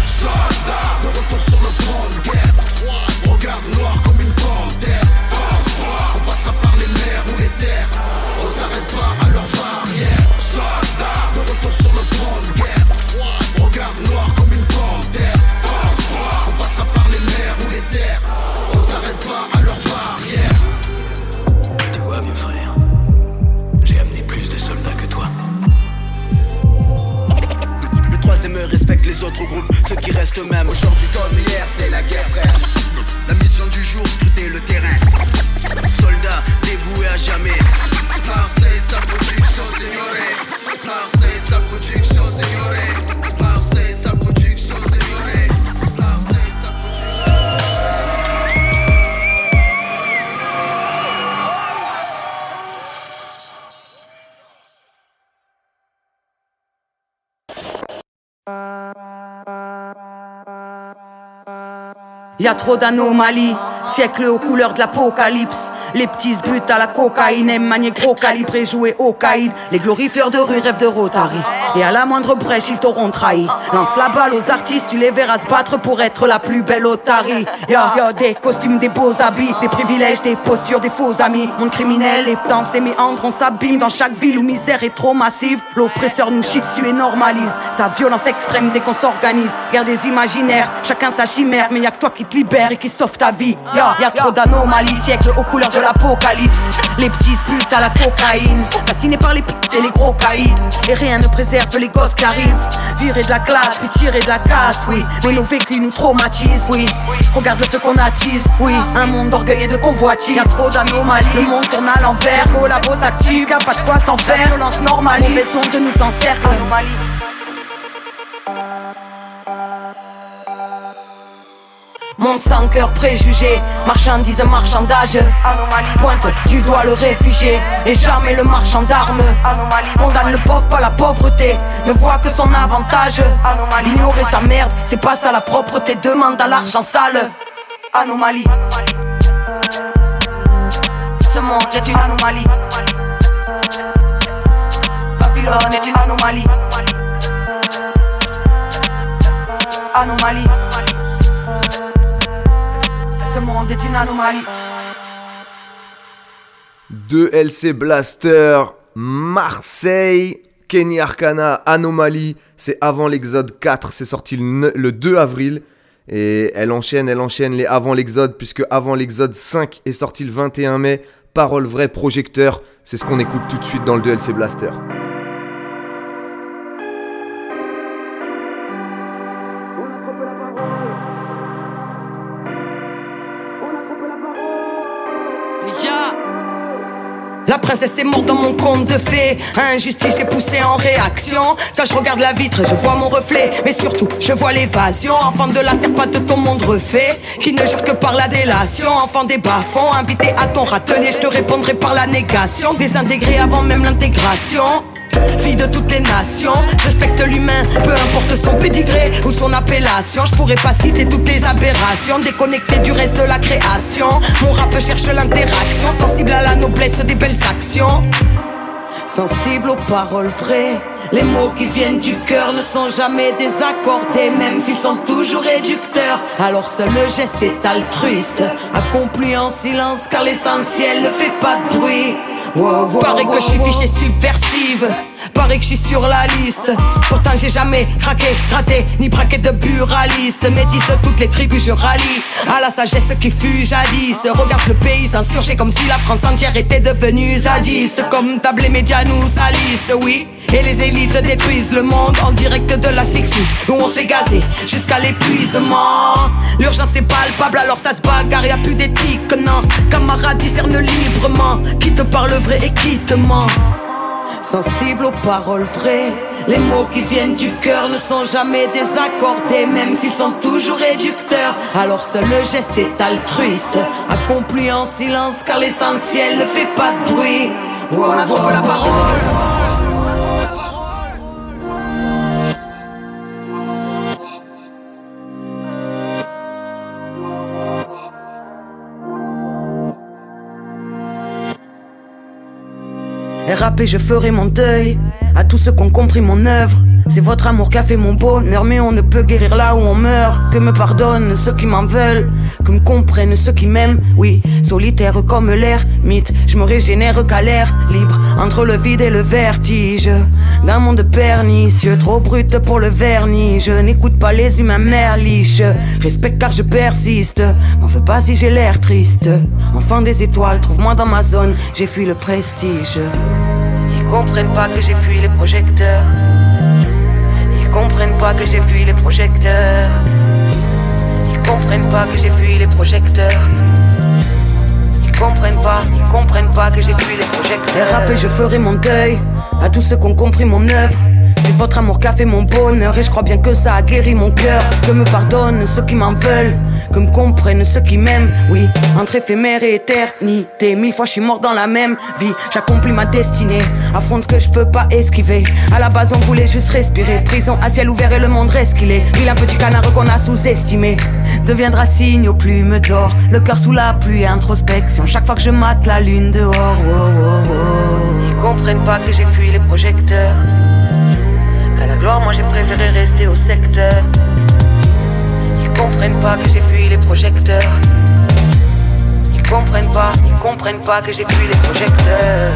Soldat, de retour sur le front de guerre. Regard noir comme une panthère. Force froid, on passera par les mers ou les terres. On s'arrête pas à leurs barrières. Soldat, de retour sur le front de guerre. Regard noir comme une panthère. Force froid, on passera par les mers ou les terres. On s'arrête pas à leurs barrières. Tu vois, vieux frère, j'ai amené plus de soldats que toi. Le troisième respecte les autres groupes, ceux qui restent eux-mêmes. Aujourd'hui comme hier, c'est la guerre, frère. La mission du jour, scruter le terrain. Soldats dévoués à jamais. Marseille, sa production, signore. Marseille, sa production, signore. Marseille, sa production, signore. Marseille, sa production. Y'a trop d'anomalies, siècle aux couleurs de l'apocalypse. Les petits se butent à la cocaïne, aiment manier gros calibre et jouer au caïd. Les glorifieurs de rue rêvent de Rotary. Et à la moindre brèche ils t'auront trahi. Lance la balle aux artistes, tu les verras se battre pour être la plus belle otarie. Y'a yo, des costumes, des beaux habits, des privilèges, des postures, des faux amis. Monde criminel, les dans ses méandres, on s'abîme dans chaque ville où misère est trop massive. L'oppresseur nous chie dessus et normalise sa violence extrême dès qu'on s'organise. Guerre des imaginaires, chacun sa chimère, mais y'a que toi qui te libère et qui sauve ta vie. Y'a y a trop d'anomalies, siècles aux couleurs de l'apocalypse. Les petits se butent à la cocaïne, fascinés par les putes et les gros caïds. Et rien ne préserve les gosses qui arrivent. Virer de la classe, puis tirer de la casse, oui. Mais nos vécus nous traumatisent, oui. Regarde le feu qu'on attise, oui. Un monde d'orgueil et de convoitise. Y'a trop d'anomalies, le monde tourne à l'envers. Collabo s'active, y'a pas de quoi s'en faire. Violence normale, mauvais son de nous encercle. Monde sans cœur préjugé, marchandise, marchandage. Anomalie. Pointe du doigt le réfugié et jamais le marchand d'armes. Anomalie. Condamne le pauvre, pas la pauvreté, ne voit que son avantage. Anomalie. Ignorer sa merde, c'est pas ça la propreté, demande à l'argent sale. Anomalie. Ce monde est une anomalie. Babylone est une anomalie. Anomalie. Ce monde est une anomalie. deux L C Blaster, Marseille, Kenny Arcana, Anomalie. C'est avant l'Exode quatre, c'est sorti le, le deux avril. Et elle enchaîne, elle enchaîne les avant l'Exode, puisque avant l'Exode cinq est sorti le vingt et un mai. Parole vraie, projecteur. C'est ce qu'on écoute tout de suite dans le deux L C Blaster. La princesse est morte dans mon conte de fées. Injustice est poussée en réaction. Quand je regarde la vitre, je vois mon reflet. Mais surtout, je vois l'évasion. Enfant de la terre, pas de ton monde refait. Qui ne jure que par la délation. Enfant des bas-fonds, invité à ton râtelier. Je te répondrai par la négation. Désintégré avant même l'intégration. Fille de toutes les nations, respecte l'humain, peu importe son pédigré ou son appellation. Je pourrais pas citer toutes les aberrations, déconnecté du reste de la création. Mon rap cherche l'interaction, sensible à la noblesse des belles actions. Sensible aux paroles vraies, les mots qui viennent du cœur ne sont jamais désaccordés, même s'ils sont toujours réducteurs. Alors seul le geste est altruiste, accompli en silence car l'essentiel ne fait pas de bruit. Wow, wow, Paraît wow, que je suis fichée wow. subversive, paraît que je suis sur la liste. Pourtant j'ai jamais craqué, raté, ni braqué de buraliste. Métis de toutes les tribus je rallie à la sagesse qui fut jadis. Regarde le pays s'insurger comme si la France entière était devenue zadiste. Comme table les médias nous salissent, oui. Et les élites détruisent le monde en direct de l'asphyxie, où on s'est gazé jusqu'à l'épuisement. L'urgence est palpable alors ça se bagarre, y'a plus d'éthique, non. Camarades discernent librement qui te parle vrai et qui te ment. Sensible aux paroles vraies, les mots qui viennent du cœur ne sont jamais désaccordés, même s'ils sont toujours réducteurs. Alors seul le geste est altruiste, accompli en silence car l'essentiel ne fait pas de bruit. Wow, on a trop la parole. Et rapper je ferai mon deuil à tous ceux qui ont compris mon œuvre. C'est votre amour qui a fait mon bonheur, mais on ne peut guérir là où on meurt. Que me pardonnent ceux qui m'en veulent, que me comprennent ceux qui m'aiment. Oui, solitaire comme l'air, mythe, je me régénère qu'à l'air libre, entre le vide et le vertige. D'un monde pernicieux, trop brut pour le vernis. Je n'écoute pas les humains merliches, respecte car je persiste. M'en veux pas si j'ai l'air triste. Enfant des étoiles, trouve-moi dans ma zone, j'ai fui le prestige. Ils comprennent pas que j'ai fui les projecteurs. Ils comprennent pas que j'ai fui les projecteurs. Ils comprennent pas que j'ai fui les projecteurs. Ils comprennent pas, ils comprennent pas que j'ai fui les projecteurs. Et rapper je ferai mon deuil à tous ceux qui ont compris mon œuvre. C'est votre amour qui a fait mon bonheur et je crois bien que ça a guéri mon cœur. Que me pardonnent ceux qui m'en veulent, que me comprennent ceux qui m'aiment. Oui, entre éphémère et éternité, mille fois je suis mort dans la même vie. J'accomplis ma destinée, affronte ce que je peux pas esquiver. À la base on voulait juste respirer, prison à ciel ouvert et le monde reste qu'il est. Il un petit canard qu'on a sous-estimé deviendra signe aux plumes d'or. Le cœur sous la pluie, introspection, chaque fois que je mate la lune dehors. Oh, oh, oh. Ils comprennent pas que j'ai fui les projecteurs. qu'à la gloire, moi j'ai préféré rester au secteur. Ils comprennent pas que j'ai fui les projecteurs. Ils comprennent pas, ils comprennent pas que j'ai fui les projecteurs.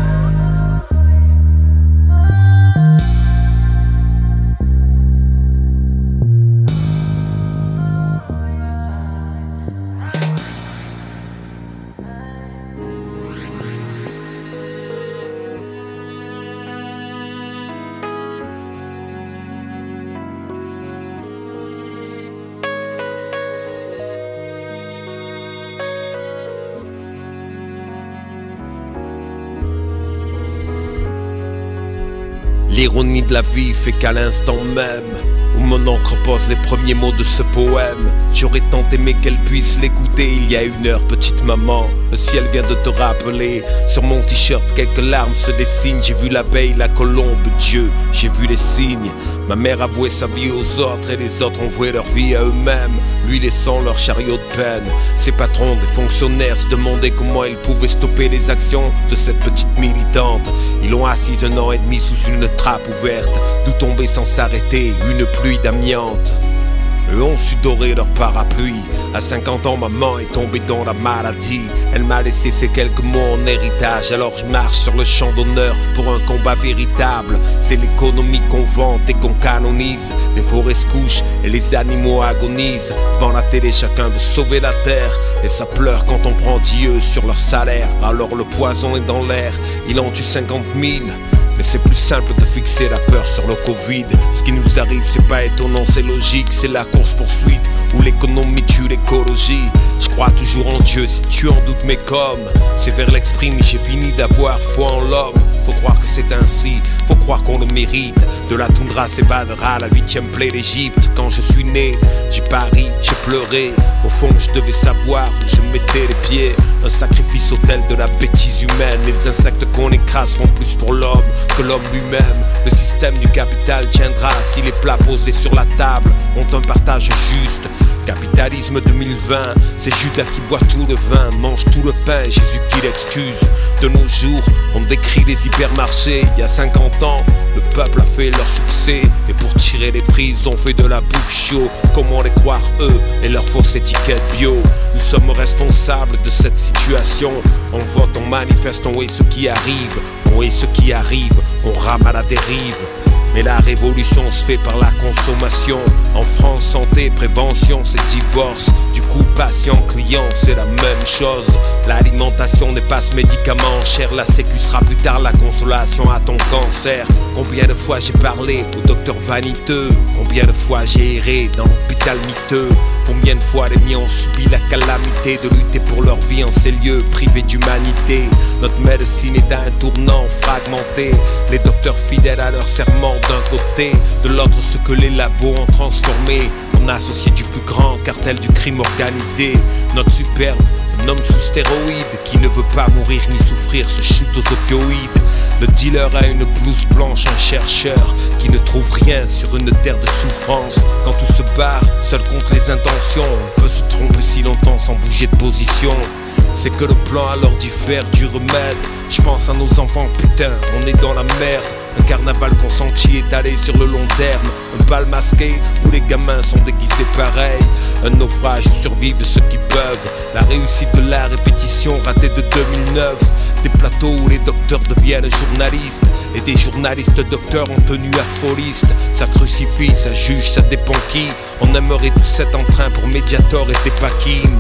L'ironie de la vie fait qu'à l'instant même où mon encre pose les premiers mots de ce poème, j'aurais tant aimé qu'elle puisse l'écouter il y a une heure, petite maman. Le ciel vient de te rappeler. Sur mon t-shirt quelques larmes se dessinent. J'ai vu l'abeille, la colombe, Dieu, j'ai vu les signes. Ma mère a voué sa vie aux autres et les autres ont voué leur vie à eux-mêmes, lui laissant leur chariot de peine. Ses patrons, des fonctionnaires, se demandaient comment ils pouvaient stopper les actions de cette petite militante. Ils l'ont assise un an et demi sous une trappe ouverte, d'où tombait sans s'arrêter une pluie d'amiante. Eux ont su dorer leur parapluie. À cinquante ans, maman est tombée dans la maladie. Elle m'a laissé ces quelques mots en héritage. Alors je marche sur le champ d'honneur pour un combat véritable. C'est l'économie qu'on vante et qu'on canonise. Les forêts se couchent et les animaux agonisent. Devant la télé, chacun veut sauver la terre. Et ça pleure quand on prend Dieu sur leur salaire. Alors le poison est dans l'air, il en tue cinquante mille. Mais c'est plus simple de fixer la peur sur le Covid. Ce qui nous arrive c'est pas étonnant, c'est logique. C'est la course poursuite où l'économie tue l'écologie. Je crois toujours en Dieu si tu en doutes, mais comme c'est vers l'exprime, j'ai fini d'avoir foi en l'homme. Faut croire que c'est ainsi, faut croire qu'on le mérite. De la toundra s'évadera la huitième plaie d'Égypte. Quand je suis né, j'ai pari, j'ai pleuré. Au fond je devais savoir où je mettais les pieds. Un sacrifice autel de la bêtise humaine. Les insectes qu'on écrase font plus pour l'homme que l'homme lui-même. Le système du capital tiendra si les plats posés sur la table ont un partage juste. Capitalisme deux mille vingt, c'est Judas qui boit tout le vin, mange tout le pain, Jésus qui l'excuse. De nos jours, on décrit les hypermarchés. Il y a cinquante ans, le peuple a fait leur succès. Et pour tirer les prix, ils ont fait de la bouffe chaud. Comment les croire eux et leur fausse étiquette bio? Nous sommes responsables de cette situation. On vote, on manifeste, on est ce qui arrive. On est ce qui arrive, on rame à la dérive. Mais la révolution se fait par la consommation. En France, santé, prévention, c'est divorce. Du coup, patient, client, c'est la même chose. L'alimentation n'est pas ce médicament cher. La sécu sera plus tard la consolation à ton cancer. Combien de fois j'ai parlé au docteur vaniteux? Combien de fois j'ai erré dans l'hôpital miteux? Combien de fois les miens ont subi la calamité de lutter pour leur vie en ces lieux privés d'humanité? Notre médecine est à un tournant fragmenté. Les docteurs fidèles à leur serment d'un côté, de l'autre ce que les labos ont transformé en associé du plus grand cartel du crime organisé. Notre superbe, un homme sous stéroïdes qui ne veut pas mourir ni souffrir, se chute aux opioïdes. Le dealer a une blouse blanche, un chercheur qui ne trouve rien sur une terre de souffrance. Quand tout se barre, seul compte les intentions. On peut se tromper si longtemps sans bouger de position. C'est que le plan alors diffère du remède. Je pense à nos enfants, putain, on est dans la merde. Un carnaval consenti étalé sur le long terme. Un bal masqué où les gamins sont déguisés pareil. Un naufrage où survivent ceux qui peuvent. La réussite de la répétition ratée de deux mille neuf. Des plateaux où les docteurs deviennent journalistes. Et des journalistes docteurs en tenue affoliste. Ça crucifie, ça juge, ça dépend qui. On aimerait tous être en train pour Mediator et Tepakin.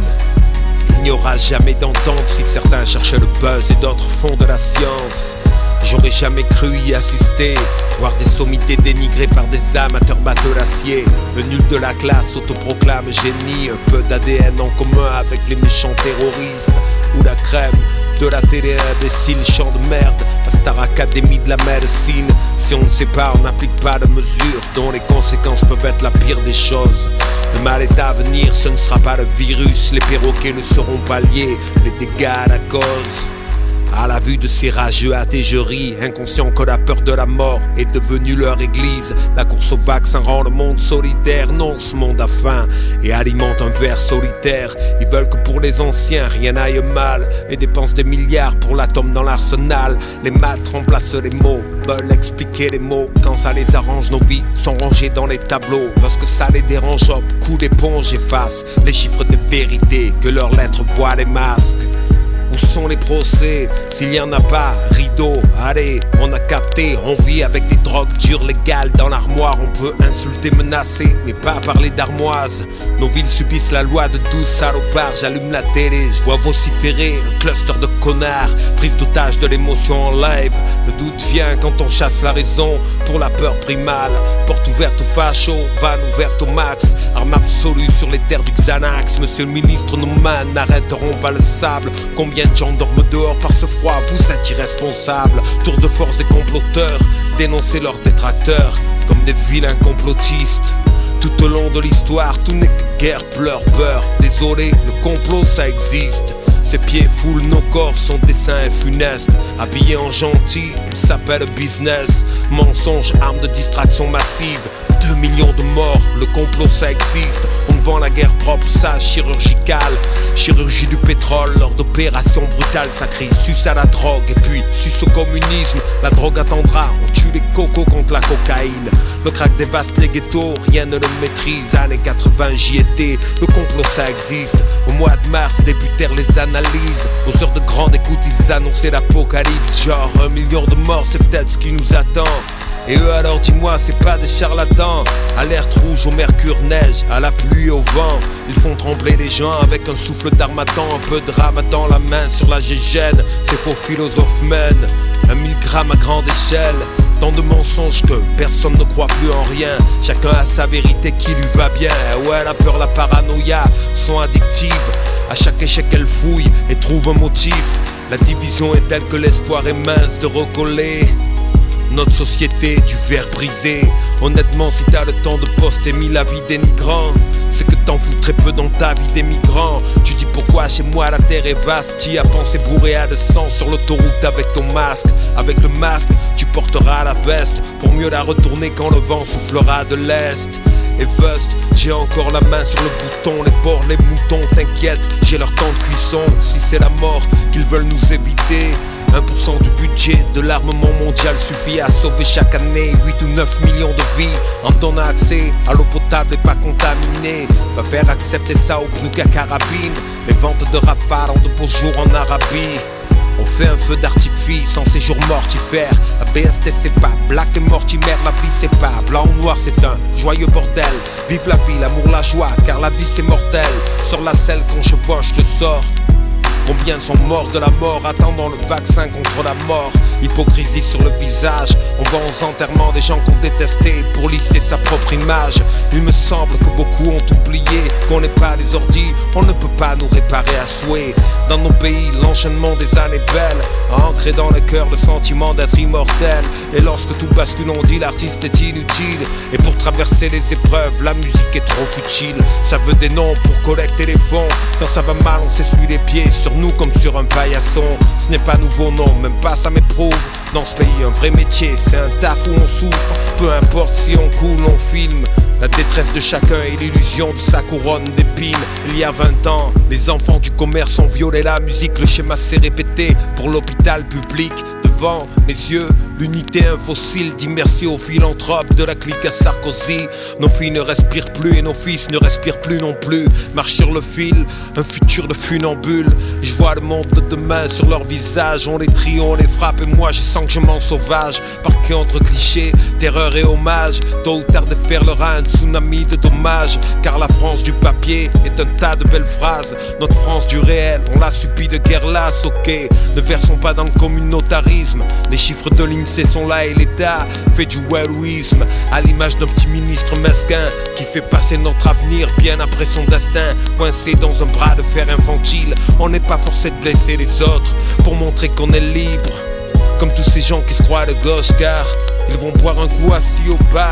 Il n'y aura jamais d'entente si certains cherchent le buzz et d'autres font de la science. J'aurais jamais cru y assister, voir des sommités dénigrées par des amateurs matelassiers. Le nul de la classe autoproclame génie, un peu d'A D N en commun avec les méchants terroristes. Ou la crème de la télé imbécile, chant de merde, la Star Academy de la médecine. Si on ne sait pas, on n'applique pas de mesures dont les conséquences peuvent être la pire des choses. Le mal est à venir, ce ne sera pas le virus. Les perroquets ne seront pas liés, les dégâts à la cause. À la vue de ces rageux athées, je ris, inconscient que la peur de la mort est devenue leur église. La course au vaccin rend le monde solidaire. Non, ce monde a faim et alimente un ver solitaire. Ils veulent que pour les anciens rien n'aille mal et dépensent des milliards pour l'atome dans l'arsenal. Les maths remplacent les mots, veulent expliquer les mots. Quand ça les arrange, nos vies sont rangées dans les tableaux. Lorsque ça les dérange, hop, coup d'éponge efface les chiffres des vérités, que leurs lettres voient les masques. Où sont les procès? S'il y en a pas, rideau, allez, on a capté. On vit avec des drogues dures légales dans l'armoire. On peut insulter, menacer, mais pas parler d'armoise. Nos villes subissent la loi de douze salopards. J'allume la télé, je vois vociférer un cluster de connards, prise d'otage de l'émotion en live. Le doute vient quand on chasse la raison pour la peur primale. Porte ouverte aux fachos, vanne ouverte au max. Arme absolue sur les terres du Xanax. Monsieur le ministre, nos mains n'arrêteront pas le sable. Combien de gens dorment dehors par ce froid? Vous êtes irresponsables. Tour de force des comploteurs, dénoncer leurs détracteurs comme des vilains complotistes. Tout au long de l'histoire, tout n'est que guerre, pleurs, peur. Désolé, le complot ça existe. Ses pieds foulent nos corps, son dessin est funeste. Habillé en gentil, il s'appelle business. Mensonge, arme de distraction massive. Deux millions de morts, le complot ça existe. On vend la guerre propre, ça chirurgicale. Chirurgie du pétrole, lors d'opérations brutales. Ça crie sus à la drogue et puis sus au communisme. La drogue attendra, on tue les cocos contre la cocaïne. Le crack dévaste les ghettos, rien ne le maîtrise. Années quatre-vingts j'y étais, le complot ça existe. Au mois de mars débutèrent les analyses. Aux heures de grande écoute ils annonçaient l'apocalypse. Genre un million de morts c'est peut-être ce qui nous attend. Et eux alors dis-moi c'est pas des charlatans. Alerte rouge au mercure neige, à la pluie au vent. Ils font trembler les gens avec un souffle d'armatan. Un peu de rame dans la main sur la gégène. Ces faux philosophes mènent un mille grammes à grande échelle. Tant de mensonges que personne ne croit plus en rien. Chacun a sa vérité qui lui va bien. Ouais, la peur, la paranoïa sont addictives. À chaque échec elle fouille et trouve un motif. La division est telle que l'espoir est mince de recoller. Notre société du verre brisé. Honnêtement si t'as le temps de poster mille avis dénigrants, c'est que t'en fous très peu dans ta vie des migrants. Tu dis pourquoi chez moi la terre est vaste. T'y as pensé bourré à de sang sur l'autoroute avec ton masque. Avec le masque tu porteras la veste pour mieux la retourner quand le vent soufflera de l'est. Et Vust, j'ai encore la main sur le bouton. Les porcs, les moutons, t'inquiète, j'ai leur temps de cuisson. Si c'est la mort qu'ils veulent nous éviter, un pour cent du budget de l'armement mondial suffit à sauver chaque année huit ou neuf millions de vies. En donnant accès à l'eau potable et pas contaminée. Va faire accepter ça au plus qu'à carabine. Les ventes de rafales en de beaux jours en Arabie. On fait un feu d'artifice en séjour mortifère. La B S T c'est pas Black et Mortimer, la vie c'est pas blanc ou noir, c'est un joyeux bordel. Vive la vie, l'amour, la joie, car la vie c'est mortel. Sur la selle quand je poche le sort. Combien sont morts de la mort, attendant le vaccin contre la mort. Hypocrisie sur le visage, on va aux enterrements des gens qu'on détestait pour lisser sa propre image. Il me semble que beaucoup ont oublié qu'on n'est pas des ordis, on ne peut pas nous réparer à souhait. Dans nos pays, l'enchaînement des années belles a ancré dans le cœur le sentiment d'être immortel. Et lorsque tout bascule, on dit l'artiste est inutile. Et pour traverser les épreuves, la musique est trop futile. Ça veut des noms pour collecter les fonds. Quand ça va mal, on s'essuie les pieds sur nous comme sur un paillasson. Ce n'est pas nouveau, non, même pas ça m'éprouve. Dans ce pays, un vrai métier, c'est un taf où on souffre. Peu importe si on coule, on filme. La détresse de chacun et l'illusion de sa couronne d'épines. Il y a vingt ans, les enfants du commerce ont violé la musique. Le schéma s'est répété pour l'hôpital public. Devant mes yeux, l'unité, un fossile. Dis merci aux philanthropes de la clique à Sarkozy. Nos filles ne respirent plus et nos fils ne respirent plus non plus. Marche sur le fil, un futur de funambule. Je vois le monde de demain sur leur visage. On les trie, on les frappe et moi je sens que je m'en sauvage. Parqué entre clichés, terreur et hommage. Tôt ou tard déferlera un tsunami de dommages. Car la France du papier est un tas de belles phrases. Notre France du réel, on l'a subi de guerre lasse, ok. Ne versons pas dans le communautarisme. Les chiffres de l'INSEE sont là et l'État fait du wellouisme. À l'image d'un petit ministre mesquin qui fait passer notre avenir bien après son destin. Coincé dans un bras de fer infantile, on n'est pas forcé de blesser les autres pour montrer qu'on est libre. Comme tous ces gens qui se croient de gauche car ils vont boire un coup assis au bar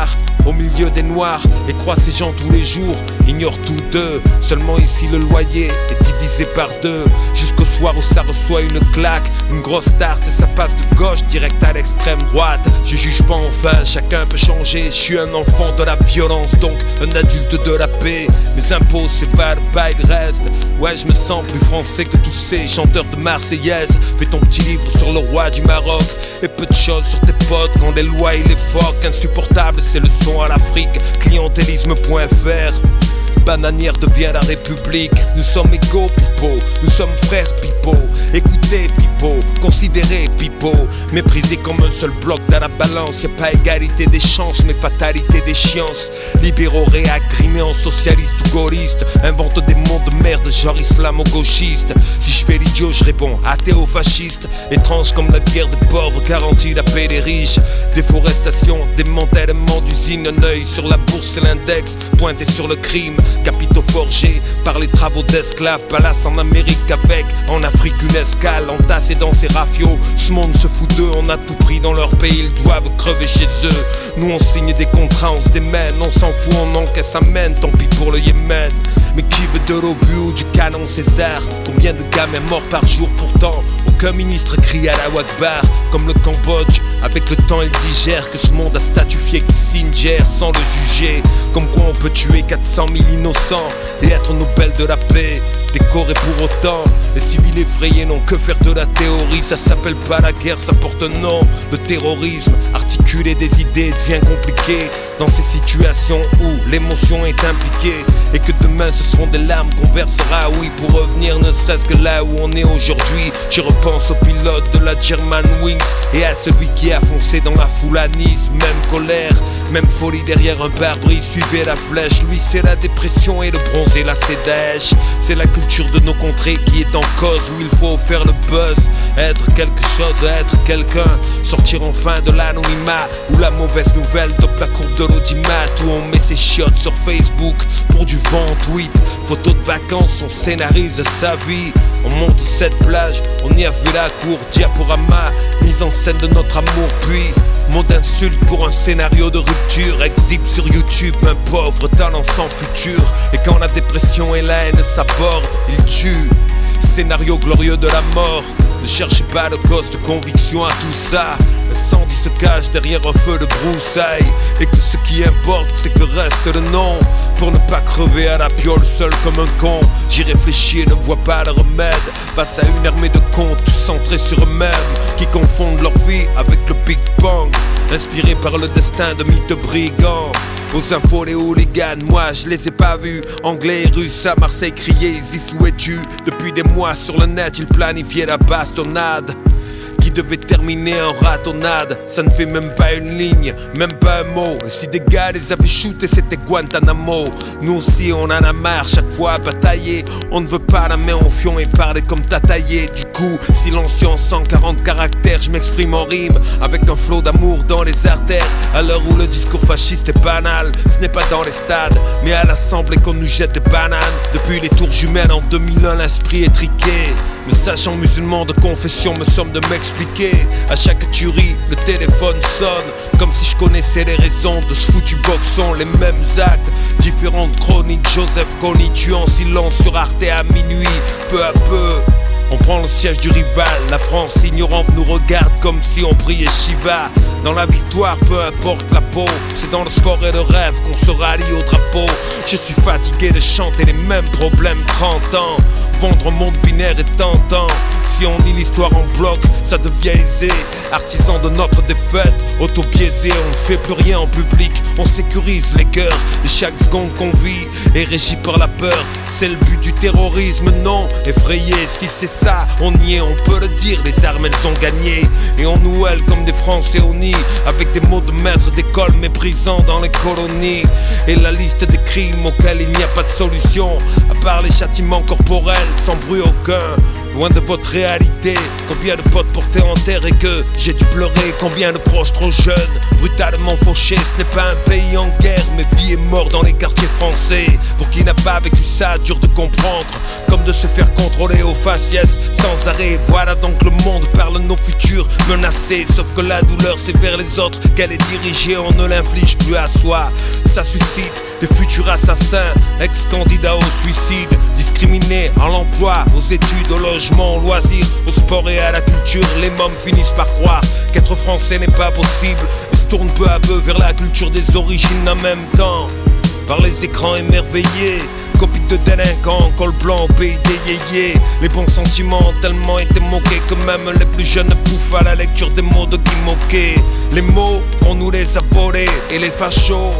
au milieu des noirs et croit ces gens tous les jours. Ignore tous deux, seulement ici le loyer est divisé par deux. Jusqu'au soir où ça reçoit une claque, une grosse tarte et ça passe de gauche direct à l'extrême droite. Je juge pas enfin, chacun peut changer. Je suis un enfant de la violence, donc un adulte de la paix. Mes impôts s'évadent, pas il reste. Ouais, je me sens plus français que tous ces chanteurs de Marseillaise. Fais ton petit livre sur le roi du Maroc et peu de choses sur tes potes quand les lois et les phoques. Insupportable, c'est le son à l'Afrique. Clientélisme point F R. Bananière devient la République. Nous sommes égaux, pipo. Nous sommes frères, pipo. Écoutez, pipo. Considérez, pipo. Méprisés comme un seul bloc dans la balance. Y'a pas égalité des chances, mais fatalité des chiances. Libéraux réac, grimés en socialistes ou gaullistes. Inventent des mots de merde, genre islamo-gauchiste. Si je fais l'idiot, je réponds athéo-fasciste. Étrange comme la guerre des pauvres garantit la paix des riches. Déforestation, démantèlement d'usines. Un œil sur la bourse et l'index pointé sur le crime. Capitaux forgés par les travaux d'esclaves. Palace en Amérique avec en Afrique une escale. Entassés dans ces rafios, ce monde se fout d'eux. On a tout pris dans leur pays, ils doivent crever chez eux. Nous on signe des contrats, on se démène. On s'en fout, on encaisse amène. Tant pis pour le Yémen. Mais qui veut de l'obus ou du canon César? Combien de gamins morts par jour pourtant? Aucun ministre crie à la Wakbar. Comme le Cambodge, avec le temps il digère que ce monde a statufié Kissinger sans le juger. Comme quoi on peut tuer quatre cent mille innocents et être Nobel de la paix. Décoré pour autant, les civils effrayés n'ont que faire de la théorie. Ça s'appelle pas la guerre, ça porte un nom, le terrorisme. Articuler des idées devient compliqué dans ces situations où l'émotion est impliquée. Et que demain ce seront des larmes qu'on versera, oui, pour revenir ne serait-ce que là où on est aujourd'hui. Je repense au pilote de la German Wings et à celui qui a foncé dans la foule à Nice. Même colère, même folie derrière un pare-brise, suivez la flèche. Lui c'est la dépression et le bronzé la Daesh. C'est la culture de nos contrées qui est en cause, où il faut faire le buzz. Être quelque chose, être quelqu'un. Sortir enfin de l'anonymat, où la mauvaise nouvelle top la courbe de l'audimat. Où on met ses chiottes sur Facebook pour du vent, tweet. Photos de vacances, on scénarise sa vie. On monte cette plage, on y a vu la cour. Diaporama, mise en scène de notre amour. Puis mot d'insulte pour un scénario de rupture. Exhibe sur YouTube un pauvre talent sans futur. Et quand la dépression et la haine s'abordent, il tue. Scénario glorieux de la mort. Ne cherchez pas de cause de conviction à tout ça. L'incendie se cache derrière un feu de broussailles. Et que ce qui importe c'est que reste le nom. Pour ne pas crever à la piole seul comme un con. J'y réfléchis et ne vois pas de remède. Face à une armée de cons tous centrés sur eux-mêmes. Qui confondent leur vie avec le Big Bang. Inspirés par le destin de mythes brigands. Aux infos les hooligans, moi je les ai pas vus. Anglais et russes à Marseille criaient Isis où es-tu? Depuis des mois sur le net ils planifiaient la bastonnade qui devait terminer en ratonnade. Ça ne fait même pas une ligne, même pas un mot. Et si des gars les avaient shootés c'était Guantanamo. Nous aussi on en a marre chaque fois à batailler. On ne veut pas la main en fion et parler comme t'as taillé. Du coup silencieux en cent quarante caractères. Je m'exprime en rime avec un flot d'amour dans les artères. À l'heure où le discours fasciste est banal, ce n'est pas dans les stades mais à l'assemblée qu'on nous jette des bananes. Depuis les tours jumelles en deux mille un l'esprit est triqué. Me sachant musulman de confession me somme de m'expliquer. À chaque tuerie, le téléphone sonne. Comme si je connaissais les raisons de ce foutu boxon. Les mêmes actes, différentes chroniques. Joseph Kony tue en silence sur Arte à minuit. Peu à peu, on prend le siège du rival. La France ignorante nous regarde comme si on priait Shiva. Dans la victoire, peu importe la peau. C'est dans le sport et le rêve qu'on se rallie au drapeau. Je suis fatigué de chanter les mêmes problèmes trente ans. Vendre un monde binaire est tentant. Si on lit l'histoire en bloc, ça devient aisé. Artisan de notre défaite, auto-biaisé. On ne fait plus rien en public, on sécurise les cœurs. Et chaque seconde qu'on vit est régie par la peur. C'est le but du terrorisme, non? Effrayé, si c'est ça, on y est, on peut le dire. Les armes elles ont gagné. Et on nous hèle comme des Français au nid. Avec des mots de maître d'école méprisants dans les colonies. Et la liste des crimes auxquels il n'y a pas de solution. À part les châtiments corporels, sans bruit aucun. loin de votre réalité. Combien de potes portés en terre et que j'ai dû pleurer. Combien de proches trop jeunes, brutalement fauchés. Ce n'est pas un pays en guerre, mais vie et mort dans les quartiers français. Pour qui n'a pas vécu ça, dur de comprendre. Comme de se faire contrôler au faciès sans arrêt. Voilà donc le monde parle nos futurs menacés. Sauf que la douleur c'est vers les autres qu'elle est dirigée. On ne l'inflige plus à soi. Ça suscite des futurs assassins, ex-candidats au suicide, discriminés à l'emploi, aux études, au logement, au loisir, au sport et à la culture. Les mômes finissent par croire qu'être français n'est pas possible et se tournent peu à peu vers la culture des origines en même temps. Par les écrans émerveillés, copie de délinquants, col blanc au pays des yéyés. Les bons sentiments ont tellement été moqués que même les plus jeunes pouffent à la lecture des mots de qui moquer. Les mots, on nous les a volés et les fachos,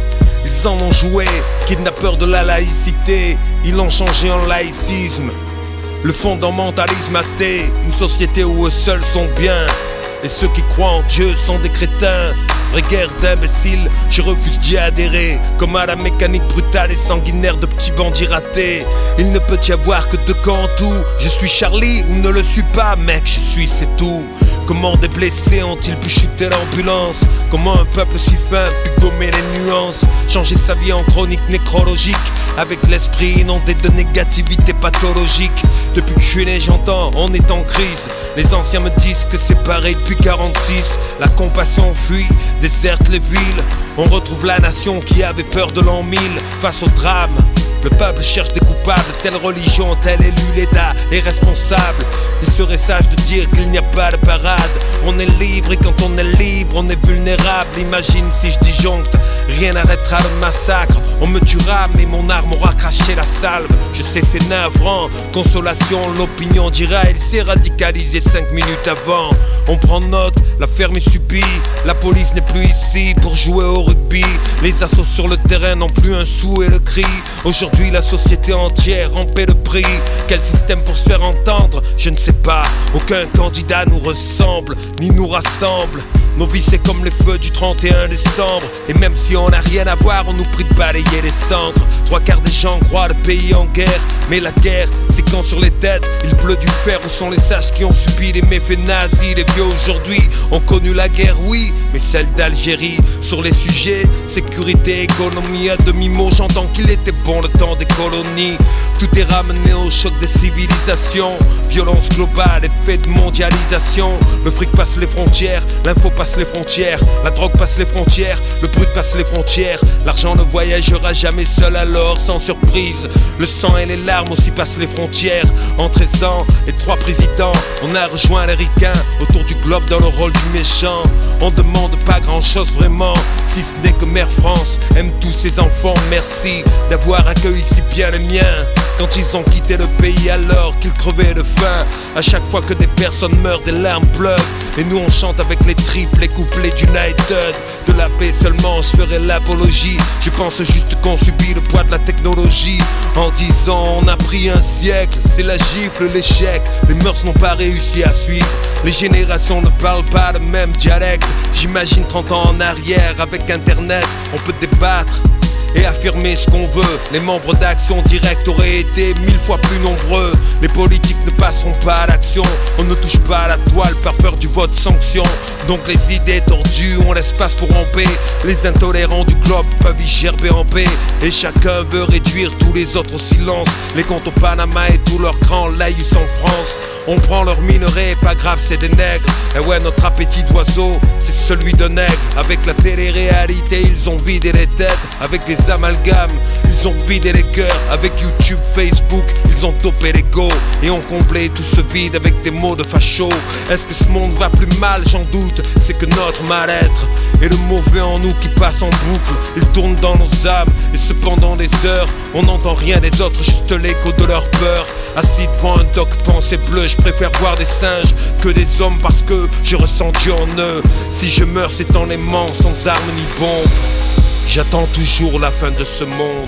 ils en ont joué, kidnappeurs de la laïcité, ils l'ont changé en laïcisme. Le fondamentalisme athée, une société où eux seuls sont bien. Et ceux qui croient en Dieu sont des crétins. Vraie guerre d'imbéciles, je refuse d'y adhérer. Comme à la mécanique brutale et sanguinaire de petits bandits ratés. Il ne peut y avoir que deux camps en tout. Je suis Charlie ou ne le suis pas, mec, je suis, c'est tout. Comment des blessés ont-ils pu chuter l'ambulance? Comment un peuple si fin pu gommer les nuances? Changer sa vie en chronique nécrologique, avec l'esprit inondé de négativité pathologique. Depuis que je suis né j'entends, on est en crise. Les anciens me disent que c'est pareil depuis quarante-six. La compassion fuit, déserte les villes. On retrouve la nation qui avait peur de l'an mille. Face au drame, le peuple cherche des coupables. Telle religion, tel élu, l'État est responsable. Il serait sage de dire qu'il n'y a pas de parade. On est libre et quand on est libre, on est vulnérable. Imagine si je disjoncte, rien n'arrêtera le massacre. On me tuera mais mon arme aura craché la salve. Je sais c'est navrant, consolation, l'opinion dira il s'est radicalisé cinq minutes avant. On prend note, la ferme est subie. La police n'est plus ici pour jouer au rugby. Les assauts sur le terrain n'ont plus un sou et le cri. Aujourd'hui la société entière en paie le prix. Quel système pour se faire entendre? Je ne sais pas. Aucun candidat nous ressemble, ni nous rassemble. Nos vies c'est comme les feux du trente et un décembre. Et même si on n'a rien à voir, on nous prie de balayer les cendres. Trois quarts des gens croient le pays en guerre. Mais la guerre, c'est quand sur les têtes il pleut du fer. Où sont les sages qui ont subi les méfaits nazis? Les vieux aujourd'hui ont connu la guerre, oui, mais celle d'Algérie. Sur les sujets, sécurité, économie, à demi-mot j'entends qu'il était bon le temps des colonies. Tout est ramené au choc des civilisations. Violence globale, effet de mondialisation. Le fric passe les frontières, l'info passe les frontières, la drogue passe les frontières, le brut passe les frontières. L'argent ne voyagera jamais seul alors, sans surprise. Le sang et les larmes aussi passent les frontières. En treize ans et trois présidents, on a rejoint les ricains autour du globe dans le rôle du méchant. On demande pas grand chose vraiment, si ce n'est que Mère France aime tous ses enfants. Merci d'avoir accueilli si bien les miens quand ils ont quitté le pays alors qu'ils crevaient de faim. À chaque fois que des personnes meurent, des larmes pleurent. Et nous on chante avec les triples, les couplets d'United. De la paix seulement je ferai l'apologie. Je pense juste qu'on subit le poids de la technologie. En dix ans on a pris un siècle. C'est la gifle, l'échec. Les mœurs n'ont pas réussi à suivre. Les générations ne parlent pas le même dialecte. J'imagine trente ans en arrière avec internet on peut débattre et affirmer ce qu'on veut. Les membres d'Action Directe auraient été mille fois plus nombreux. Les politiques ne passeront pas à l'action. On ne touche pas à la toile par peur du vote sanction. Donc les idées tordues, on laisse place pour en paix. Les intolérants du globe peuvent y gerber en paix. Et chacun veut réduire tous les autres au silence. Les comptes au Panama et tous leurs grands laïus en France. On prend leurs minerais, pas grave c'est des nègres. Et ouais notre appétit d'oiseau, c'est celui de nègre. Avec la télé-réalité ils ont vidé les têtes. Avec les amalgames, ils ont vidé les cœurs. Avec YouTube, Facebook, ils ont dopé l'ego. Et ont comblé tout ce vide avec des mots de facho. Est-ce que ce monde va plus mal? J'en doute, c'est que notre mal-être et le mauvais en nous qui passe en boucle. Il tourne dans nos âmes et cependant des heures on n'entend rien des autres, juste l'écho de leur peur. Assis devant un doc pensée bleue, je préfère voir des singes que des hommes parce que je ressens Dieu en eux. Si je meurs c'est en aimant, sans armes ni bombes. J'attends toujours la fin de ce monde.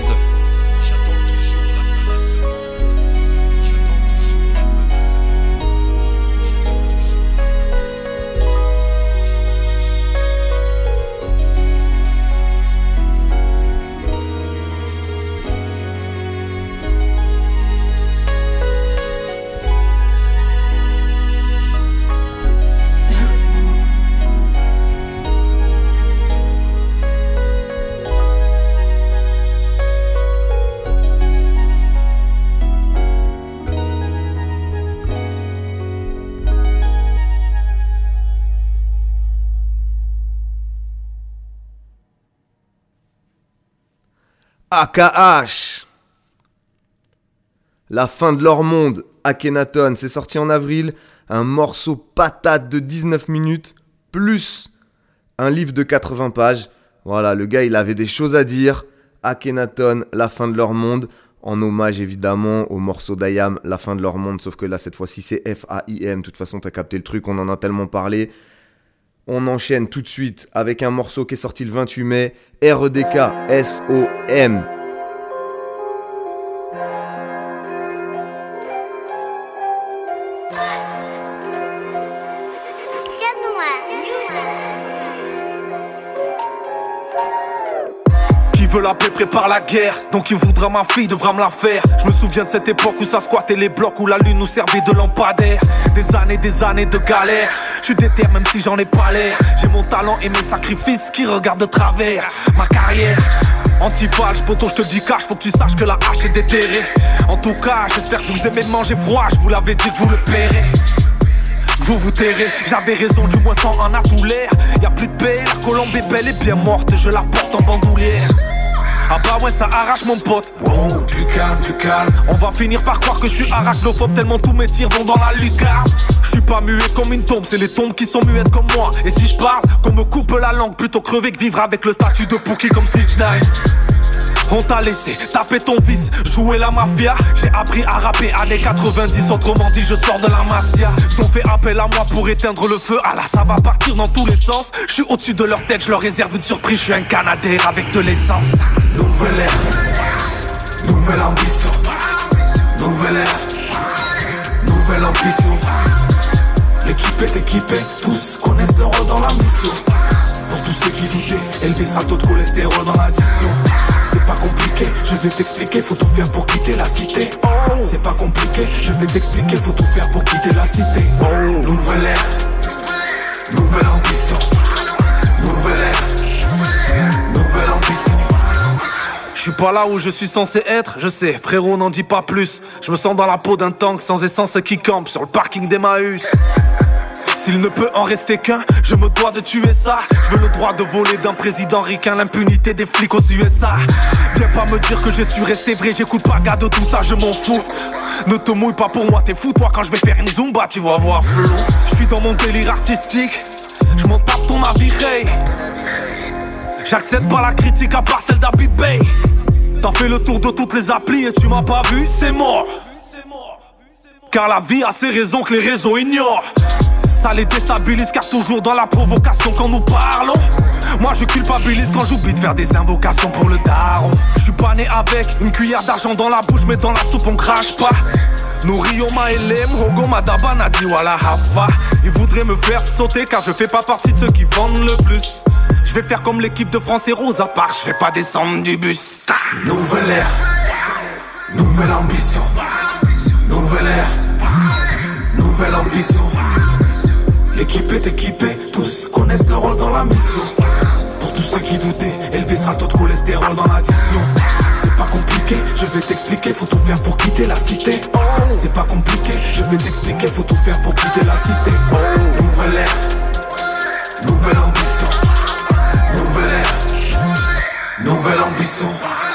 A K H. La fin de leur monde, Akhenaton, c'est sorti en avril, un morceau patate de dix-neuf minutes, plus un livre de quatre-vingts pages. Voilà, le gars il avait des choses à dire. Akhenaton, La fin de leur monde, en hommage évidemment au morceau d'I A M, La fin de leur monde, sauf que là cette fois-ci c'est F A I M, de toute façon t'as capté le truc, on en a tellement parlé. On enchaîne tout de suite avec un morceau qui est sorti le vingt-huit mai, R E D K S O M. Qui veut la paix prépare la guerre, donc qui voudra ma fille devra me la faire. Je me souviens de cette époque où ça squattait les blocs, où la lune nous servait de lampadaire. Des années, des années de galère. Je suis déter même si j'en ai pas l'air. J'ai mon talent et mes sacrifices qui regardent de travers ma carrière. Antifage, poto, je te dis cash, faut que tu saches que la hache est déterrée. En tout cas, j'espère que vous aimez manger froid, je vous l'avais dit que vous le paierez. Vous vous tairez, j'avais raison, du moins sans un atout l'air. Y'a plus de paix, la colombe est belle et bien morte, je la porte en bandoulière. Ah bah ouais, ça arrache mon pote. Bon, du calme, du calme. On va finir par croire que je suis arachnophobe, tellement tous mes tirs vont dans la lucarne. Je suis pas muet comme une tombe, c'est les tombes qui sont muettes comme moi. Et si je parle, qu'on me coupe la langue, plutôt crever que vivre avec le statut de Pookie comme Snitch Nine. On t'a laissé taper ton fils, jouer la mafia. J'ai appris à rapper années quatre-vingt-dix, autrement dit je sors de la mafia. Ils ont fait appel à moi pour éteindre le feu, ah là ça va partir dans tous les sens. Je suis au-dessus de leur tête, je leur réserve une surprise. Je suis un Canadair avec de l'essence. Nouvelle ère, nouvelle ambition. Nouvelle ère, nouvelle ambition. L'équipe est équipée, tous connaissent leur rôle dans la mission. Pour tous ceux qui doutaient, élever sa taux de cholestérol dans l'addition. C'est pas compliqué, je vais t'expliquer, faut tout faire pour quitter la cité. C'est pas compliqué, je vais t'expliquer, faut tout faire pour quitter la cité. Nouvelle ère, nouvelle ambition. Nouvelle ère, nouvelle ambition. Je suis pas là où je suis censé être, je sais, frérot n'en dis pas plus. Je me sens dans la peau d'un tank sans essence qui campe sur le parking d'Emmaüs. S'il ne peut en rester qu'un, je me dois de tuer ça. Je veux le droit de voler d'un président ricain, l'impunité des flics aux U S A. Viens pas me dire que je suis resté vrai, j'écoute pas gars de tout ça, je m'en fous. Ne te mouille pas pour moi, t'es fou toi, quand je vais faire une zumba, tu vas voir flou. Je suis dans mon délire artistique, je m'en tape ton avis, hey. J'accepte pas la critique à part celle d'Happy Bay. T'as fait le tour de toutes les applis et tu m'as pas vu, c'est mort. Car la vie a ses raisons que les réseaux ignorent. Ça les déstabilise car toujours dans la provocation quand nous parlons. Moi je culpabilise quand j'oublie de faire des invocations pour le daron. Je suis pas né avec une cuillère d'argent dans la bouche, mais dans la soupe on crache pas. Nous rions ma L M, Hogo Madaba Nadi Wala Hafa. Ils voudraient me faire sauter car je fais pas partie de ceux qui vendent le plus. Je vais faire comme l'équipe de France et Rosa Parks, je vais pas descendre du bus. Nouvelle ère, nouvelle ambition. Nouvelle ère, nouvelle ambition. L'équipe est équipée, tous connaissent leur rôle dans la mission. Pour tous ceux qui doutaient, élever sa taux de cholestérol dans l'addition. C'est pas compliqué, je vais t'expliquer, faut tout faire pour quitter la cité. C'est pas compliqué, je vais t'expliquer, faut tout faire pour quitter la cité. Nouvelle ère, nouvelle ambition. Nouvelle ère, nouvelle ambition.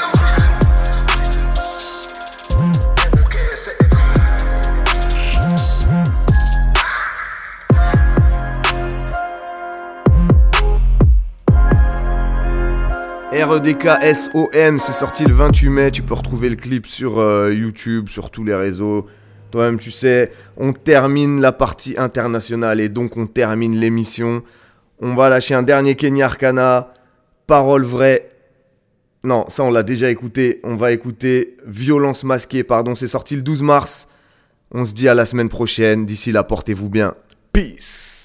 R E D K S O M, c'est sorti le vingt-huit mai, tu peux retrouver le clip sur euh, YouTube, sur tous les réseaux. Toi-même tu sais, on termine la partie internationale et donc on termine l'émission. On va lâcher un dernier Kenya Arcana, Parole vraie. Non, ça on l'a déjà écouté, on va écouter Violence masquée, pardon, c'est sorti le douze mars. On se dit à la semaine prochaine, d'ici là portez-vous bien. Peace.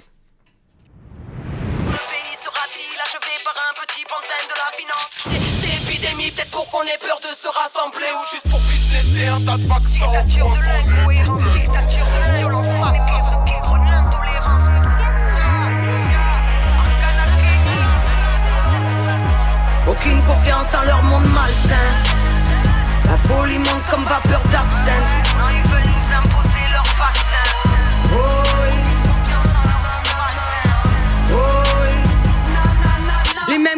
Peut-être pour qu'on ait peur de se rassembler ou juste pour businesser un tas de vaccins. Dictature de l'incohérence, dictature de l'inviolence masquée, ceux qui prônent l'intolérance. Aucune confiance en leur monde malsain. La folie monte comme vapeur d'absinthe. Non, ils veulent nous imposer leur vaccin. Oh, oui. Oh, oui. Les mêmes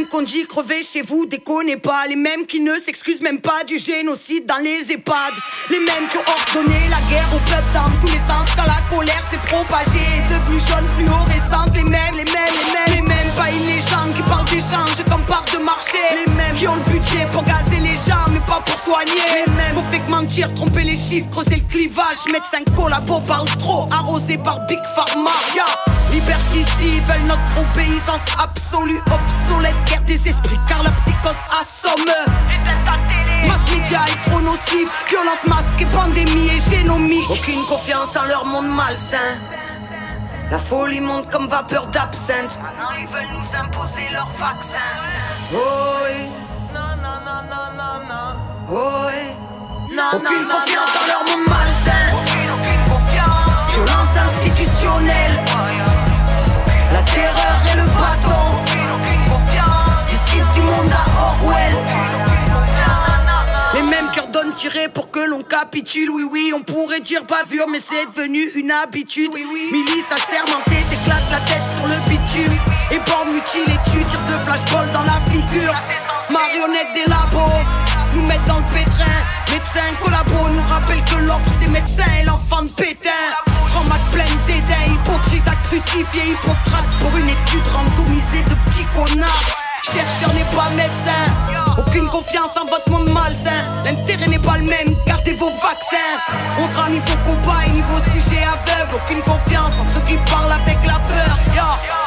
qu'on dit crever chez vous, déconnez pas. Les mêmes qui ne s'excusent même pas du génocide dans les EHPAD. Les mêmes qui ont ordonné la guerre au peuple dans tous les sens. Quand la colère s'est propagée, devenue jaune fluorescente. Les mêmes, les mêmes, les mêmes, les mêmes. Pas une légende qui parle d'échange comme part de marché. Les mêmes qui ont le budget pour gazer les gens mais pas pour soigner. Les mêmes faut fait que mentir, tromper les chiffres, creuser le clivage. Médecins collabo parle trop, arrosé par Big Pharma. Yeah. Liberticide veulent notre obéissance absolue, obsolète, guerre des esprits car la psychose assomme. Éteins ta télé, mass média est trop nocif, violence masquée, pandémie et génomique. Aucune confiance en leur monde malsain. La folie monte comme vapeur d'absinthe. Maintenant ils veulent nous imposer leur vaccin. Oh oui. Non, non, non, non, non, non. Oh oui. Non, aucune non, confiance non, dans leur monde malsain. Aucune, aucune confiance. Violence institutionnelle. La terreur et le bâton. Aucune, aucune confiance. Disciple du monde à Orwell. Aucune, aucune confiance. Les mêmes qui ordonnent tirer pour que l'on capitule. Oui, oui, on pourrait dire bavure, mais c'est devenu une habitude. Oui, oui. Milice assermentée, t'éclates la tête sur le bitume. Et borne mutile et tu tires de flashball dans la figure. Marionnettes des labos nous mettent dans le pétrin. Médecins collabos nous rappellent que l'ordre des médecins est l'enfant de Pétain. Prends ma pleine dédain, hypocrite à crucifier Hippocrate pour une étude randomisée de petits connards. Chercheur n'est pas médecin. Aucune confiance en votre monde malsain. L'intérêt n'est pas le même, gardez vos vaccins. On sera niveau combat et niveau sujet aveugle. Aucune confiance en ceux qui parlent avec la peur. Yo.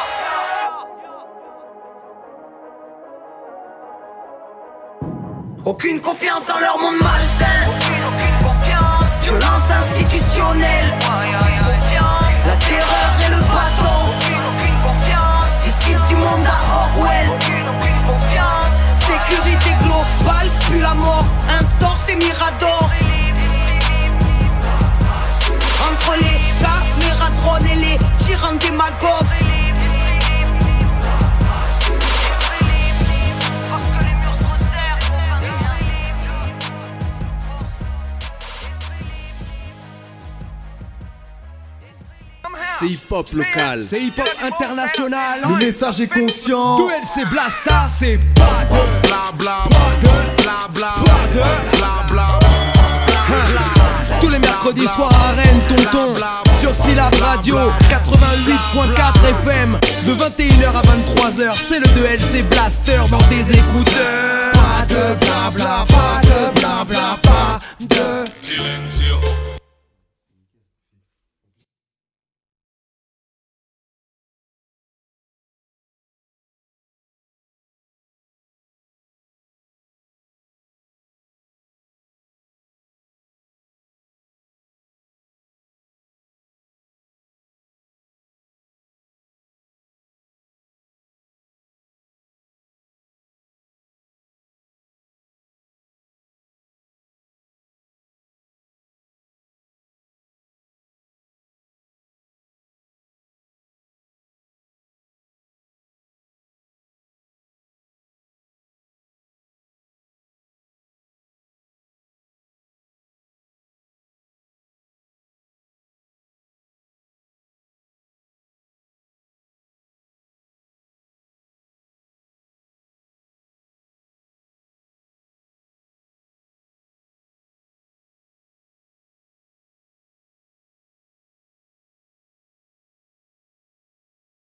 Aucune confiance dans leur monde malsain. Aucune, aucune confiance. Violence institutionnelle. Confiance. La terreur et le bâton. Aucune, aucune confiance. Disciple du monde à Orwell. Aucune, aucune confiance. Sécurité globale, puis la mort. Instaure ces miradors. Entre les caméras drones et les tyrans démagogues. C'est hip-hop local, c'est hip-hop international. Le message est conscient. deux L C Blasta, c'est pas de bla bla bla bla bla bla. Tous les mercredis soirs à Rennes, tonton, sur Syllab Radio quatre-vingt-huit point quatre F M. De vingt et une heures à vingt-trois heures, c'est le deux L C Blaster dans tes écouteurs. Pas de blabla, pas de blabla.